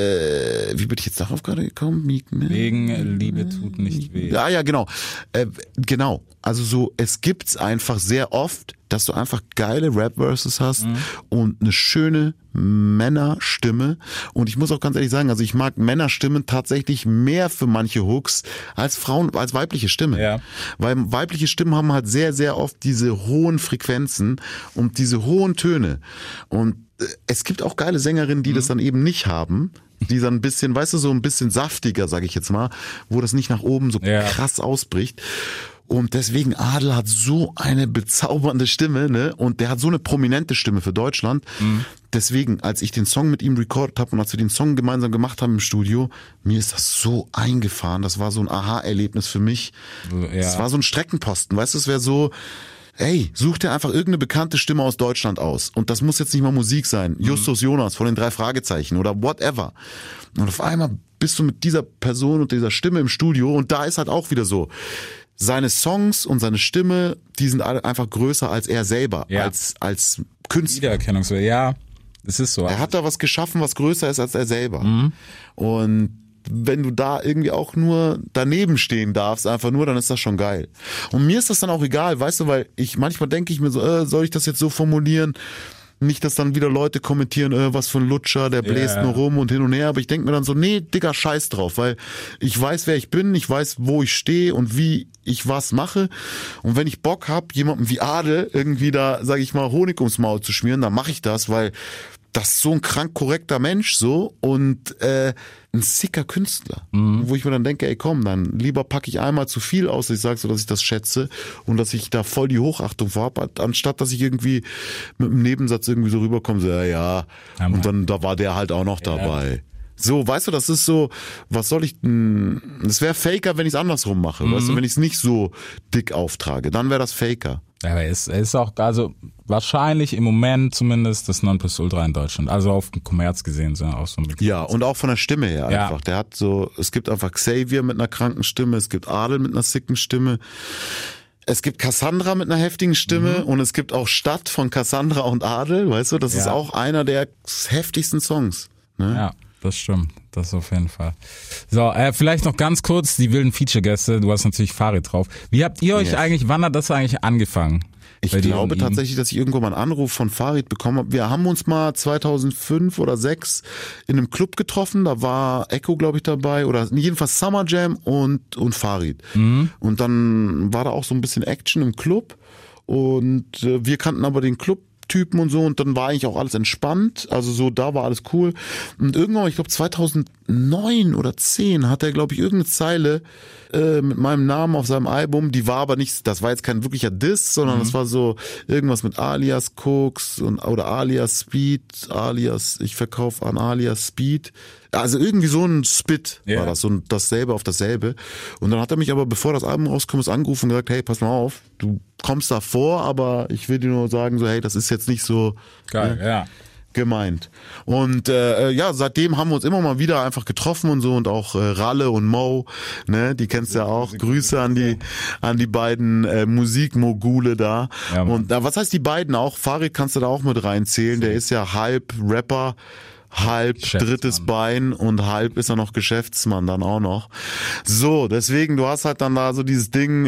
Speaker 5: wie bin ich jetzt darauf gerade gekommen? Meek Mill?
Speaker 1: Wegen Liebe tut nicht weh.
Speaker 5: Ja, genau. Genau. Also so, es gibt's einfach sehr oft, dass du einfach geile Rap-Verses hast und eine schöne Männerstimme. Und ich muss auch ganz ehrlich sagen, also ich mag Männerstimmen tatsächlich mehr für manche Hooks als weibliche Stimmen.
Speaker 1: Ja.
Speaker 5: Weil weibliche Stimmen haben halt sehr, sehr oft diese hohen Frequenzen und diese hohen Töne. Und es gibt auch geile Sängerinnen, die das dann eben nicht haben, die dann ein bisschen, weißt du, so ein bisschen saftiger, sag ich jetzt mal, wo das nicht nach oben so krass ausbricht. Und deswegen, Adel hat so eine bezaubernde Stimme, ne? Und der hat so eine prominente Stimme für Deutschland. Deswegen, als ich den Song mit ihm recorded habe und als wir den Song gemeinsam gemacht haben im Studio, mir ist das so eingefahren. Das war so ein Aha-Erlebnis für mich. Das war so ein Streckenposten, weißt du, es wäre so, ey, such dir einfach irgendeine bekannte Stimme aus Deutschland aus. Und das muss jetzt nicht mal Musik sein. Justus Jonas von den 3 Fragezeichen oder whatever. Und auf einmal bist du mit dieser Person und dieser Stimme im Studio und da ist halt auch wieder so, seine Songs und seine Stimme, die sind alle einfach größer als er selber, als Künstler.
Speaker 1: Wiedererkennungswert, ja, es ist so.
Speaker 5: Er hat da was geschaffen, was größer ist als er selber. Und wenn du da irgendwie auch nur daneben stehen darfst, einfach nur, dann ist das schon geil. Und mir ist das dann auch egal, weißt du, weil manchmal denke ich mir so, soll ich das jetzt so formulieren? Nicht, dass dann wieder Leute kommentieren, was für ein Lutscher, der bläst nur rum und hin und her. Aber ich denke mir dann so, nee, Digga, scheiß drauf. Weil ich weiß, wer ich bin, ich weiß, wo ich stehe und wie ich was mache. Und wenn ich Bock hab, jemandem wie Adel irgendwie da, sag ich mal, Honig ums Maul zu schmieren, dann mache ich das, weil das ist so ein krank korrekter Mensch so und ein sicker Künstler, wo ich mir dann denke, ey komm, dann lieber packe ich einmal zu viel aus, ich sag so, dass ich das schätze und dass ich da voll die Hochachtung vor habe, anstatt dass ich irgendwie mit einem Nebensatz irgendwie so rüberkomme, so ja, und dann da war der halt auch noch dabei. So, weißt du, das ist so, was soll ich denn, es wäre faker, wenn ich es andersrum mache, weißt du, wenn ich es nicht so dick auftrage, dann wäre das faker.
Speaker 1: Ja, aber er ist auch, also wahrscheinlich im Moment zumindest das Nonplusultra in Deutschland. Also auf den Kommerz gesehen, so auch so ein
Speaker 5: ja, und auch von der Stimme her einfach. Der hat so, es gibt einfach Xavier mit einer kranken Stimme, es gibt Adel mit einer sicken Stimme. Es gibt Cassandra mit einer heftigen Stimme und es gibt auch Stadt von Cassandra und Adel, weißt du, das ist auch einer der heftigsten Songs. Ne?
Speaker 1: Ja. Das stimmt, das auf jeden Fall. So, vielleicht noch ganz kurz die wilden Feature-Gäste. Du hast natürlich Farid drauf. Wie habt ihr euch eigentlich, wann hat das eigentlich angefangen?
Speaker 5: Ich glaube tatsächlich, dass ich irgendwo mal einen Anruf von Farid bekommen habe. Wir haben uns mal 2005 oder 2006 in einem Club getroffen. Da war Echo, glaube ich, dabei oder jedenfalls Summer Jam und Farid. Und dann war da auch so ein bisschen Action im Club und wir kannten aber den Club Typen und so und dann war eigentlich auch alles entspannt, also so, da war alles cool und irgendwann, ich glaube 2009 oder 10 hat er, glaube ich, irgendeine Zeile mit meinem Namen auf seinem Album, die war aber nicht, das war jetzt kein wirklicher Diss, sondern das war so irgendwas mit alias Koks oder alias Speed, alias ich verkaufe an alias Speed, also irgendwie so ein Spit war das, so dasselbe auf dasselbe und dann hat er mich aber, bevor das Album rauskommt, angerufen und gesagt, hey, pass mal auf, du kommst da vor, aber ich will dir nur sagen, so hey, das ist jetzt nicht so
Speaker 1: geil,
Speaker 5: gemeint. Und ja, seitdem haben wir uns immer mal wieder einfach getroffen und so und auch Ralle und Mo, ne, die kennst du ja auch. Grüße an die beiden Musikmogule da. Ja, und was heißt die beiden auch? Farid kannst du da auch mit reinzählen. Der ist ja halb Rapper, halb drittes Bein und halb ist er noch Geschäftsmann dann auch noch. So, deswegen, du hast halt dann da so dieses Ding,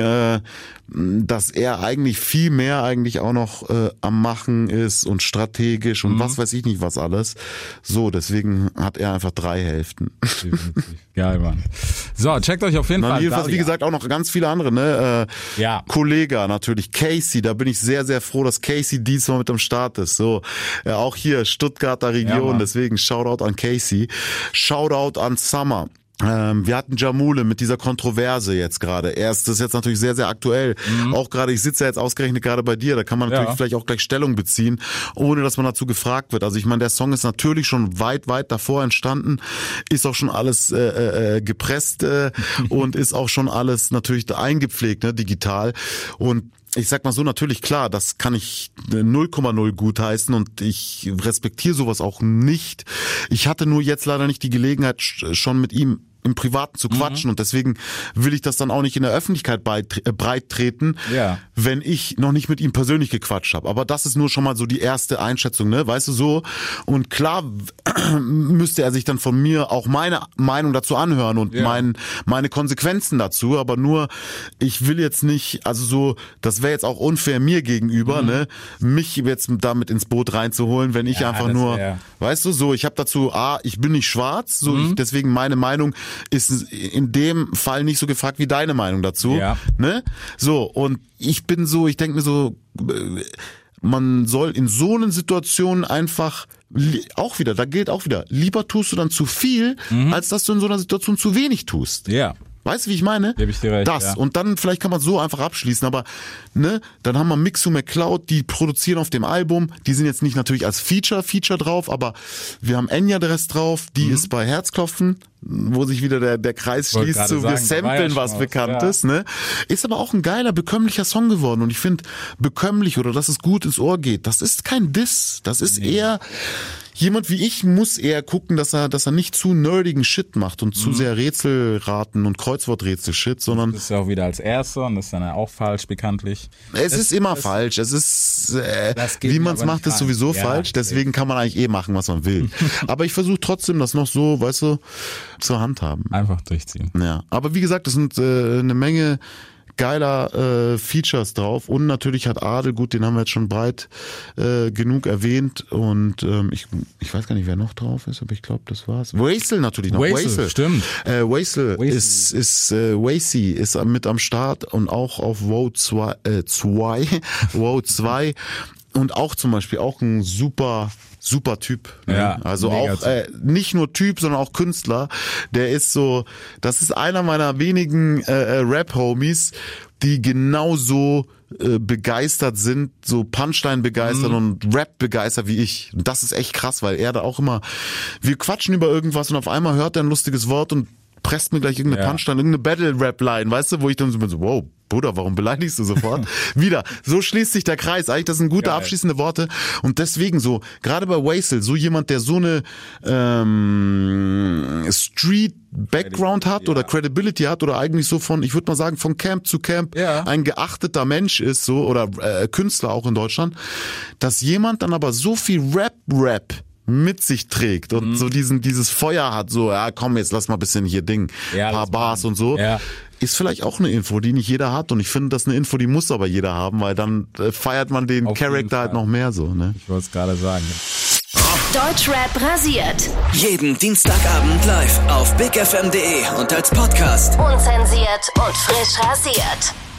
Speaker 5: dass er eigentlich viel mehr eigentlich auch noch am Machen ist und strategisch und was weiß ich nicht was alles. So, deswegen hat er einfach 3 Hälften.
Speaker 1: Geil, Mann. So, checkt euch auf jeden Fall.
Speaker 5: Jedenfalls, wie gesagt, auch noch ganz viele andere, ne? Kollega natürlich, Casey, da bin ich sehr, sehr froh, dass Casey diesmal mit am Start ist. So, auch hier, Stuttgarter Region, deswegen Shoutout an Casey. Shoutout an Summer. Wir hatten Jamule mit dieser Kontroverse jetzt gerade. Das ist jetzt natürlich sehr, sehr aktuell. Auch gerade, ich sitze ja jetzt ausgerechnet gerade bei dir, da kann man natürlich vielleicht auch gleich Stellung beziehen, ohne dass man dazu gefragt wird. Also ich meine, der Song ist natürlich schon weit, weit davor entstanden, ist auch schon alles gepresst und ist auch schon alles natürlich eingepflegt, ne, digital. Und ich sag mal so, natürlich klar, das kann ich 0,0 gutheißen und ich respektiere sowas auch nicht. Ich hatte nur jetzt leider nicht die Gelegenheit, schon mit ihm im Privaten zu quatschen und deswegen will ich das dann auch nicht in der Öffentlichkeit breit treten, wenn ich noch nicht mit ihm persönlich gequatscht habe. Aber das ist nur schon mal so die erste Einschätzung, ne? Weißt du so? Und klar müsste er sich dann von mir auch meine Meinung dazu anhören und meine Konsequenzen dazu, aber nur, ich will jetzt nicht, also so, das wäre jetzt auch unfair mir gegenüber, ne? Mich jetzt damit ins Boot reinzuholen, wenn ich einfach nur, weißt du, so, ich habe dazu, ich bin nicht schwarz, so deswegen meine Meinung ist in dem Fall nicht so gefragt wie deine Meinung dazu. Ja. Ne? So, und ich denke mir so, man soll in so einer Situation einfach da gilt auch wieder, lieber tust du dann zu viel, als dass du in so einer Situation zu wenig tust. Ja. Weißt du, wie ich meine?
Speaker 1: Gebe ich dir recht,
Speaker 5: das. Ja. Und dann, vielleicht kann man so einfach abschließen, aber, ne, dann haben wir Mixu McCloud, die produzieren auf dem Album, die sind jetzt nicht natürlich als Feature drauf, aber wir haben Enya Dress drauf, die ist bei Herzklopfen, wo sich wieder der Kreis schließt, so wir samplen was Bekanntes, ne? Ist aber auch ein geiler, bekömmlicher Song geworden und ich finde, bekömmlich oder dass es gut ins Ohr geht, das ist kein Diss, das ist eher, jemand wie ich muss eher gucken, dass er nicht zu nerdigen Shit macht und zu sehr Rätselraten und Kreuzworträtsel-Shit, sondern...
Speaker 1: Das ist ja auch wieder als Erster und das ist dann auch falsch, bekanntlich.
Speaker 5: Es ist immer falsch. Es ist, wie man es macht, ist sowieso falsch. Deswegen kann man eigentlich machen, was man will. Aber ich versuche trotzdem, das noch so, weißt du, zu handhaben.
Speaker 1: Einfach durchziehen.
Speaker 5: Ja, aber wie gesagt, das sind eine Menge geiler Features drauf und natürlich hat Adel, gut, den haben wir jetzt schon breit genug erwähnt und ich weiß gar nicht, wer noch drauf ist, aber ich glaube, das war's. Waisel natürlich noch.
Speaker 1: Waisel, stimmt.
Speaker 5: Waisel ist Wasey ist mit am Start und auch auf Woe 2 und auch zum Beispiel auch ein super Typ.
Speaker 1: Ja,
Speaker 5: ne? Also auch nicht nur Typ, sondern auch Künstler. Der ist so, das ist einer meiner wenigen Rap-Homies, die genauso begeistert sind, so Punchline begeistert und Rap begeistert wie ich. Und das ist echt krass, weil er da auch immer, wir quatschen über irgendwas und auf einmal hört er ein lustiges Wort und presst mir gleich irgendeine Punchline, irgendeine Battle-Rap-Line, weißt du, wo ich dann so bin, so, wow, Bruder, warum beleidigst du sofort? Wieder, so schließt sich der Kreis. Eigentlich, das sind gute abschließende Worte. Und deswegen so, gerade bei Waisel, so jemand, der so eine Street-Background hat oder Credibility hat oder eigentlich so von, ich würde mal sagen, von Camp zu Camp ein geachteter Mensch ist, so oder Künstler auch in Deutschland, dass jemand dann aber so viel Rap mit sich trägt und so dieses Feuer hat, so, ja komm, jetzt lass mal ein bisschen hier paar Bars und so, ist vielleicht auch eine Info, die nicht jeder hat und ich finde, das ist eine Info, die muss aber jeder haben, weil dann feiert man den Charakter halt noch mehr so, ne?
Speaker 1: Ich wollte es gerade sagen.
Speaker 4: Deutschrap rasiert.
Speaker 6: Jeden Dienstagabend live auf bigfm.de und als Podcast.
Speaker 4: Unzensiert und frisch rasiert.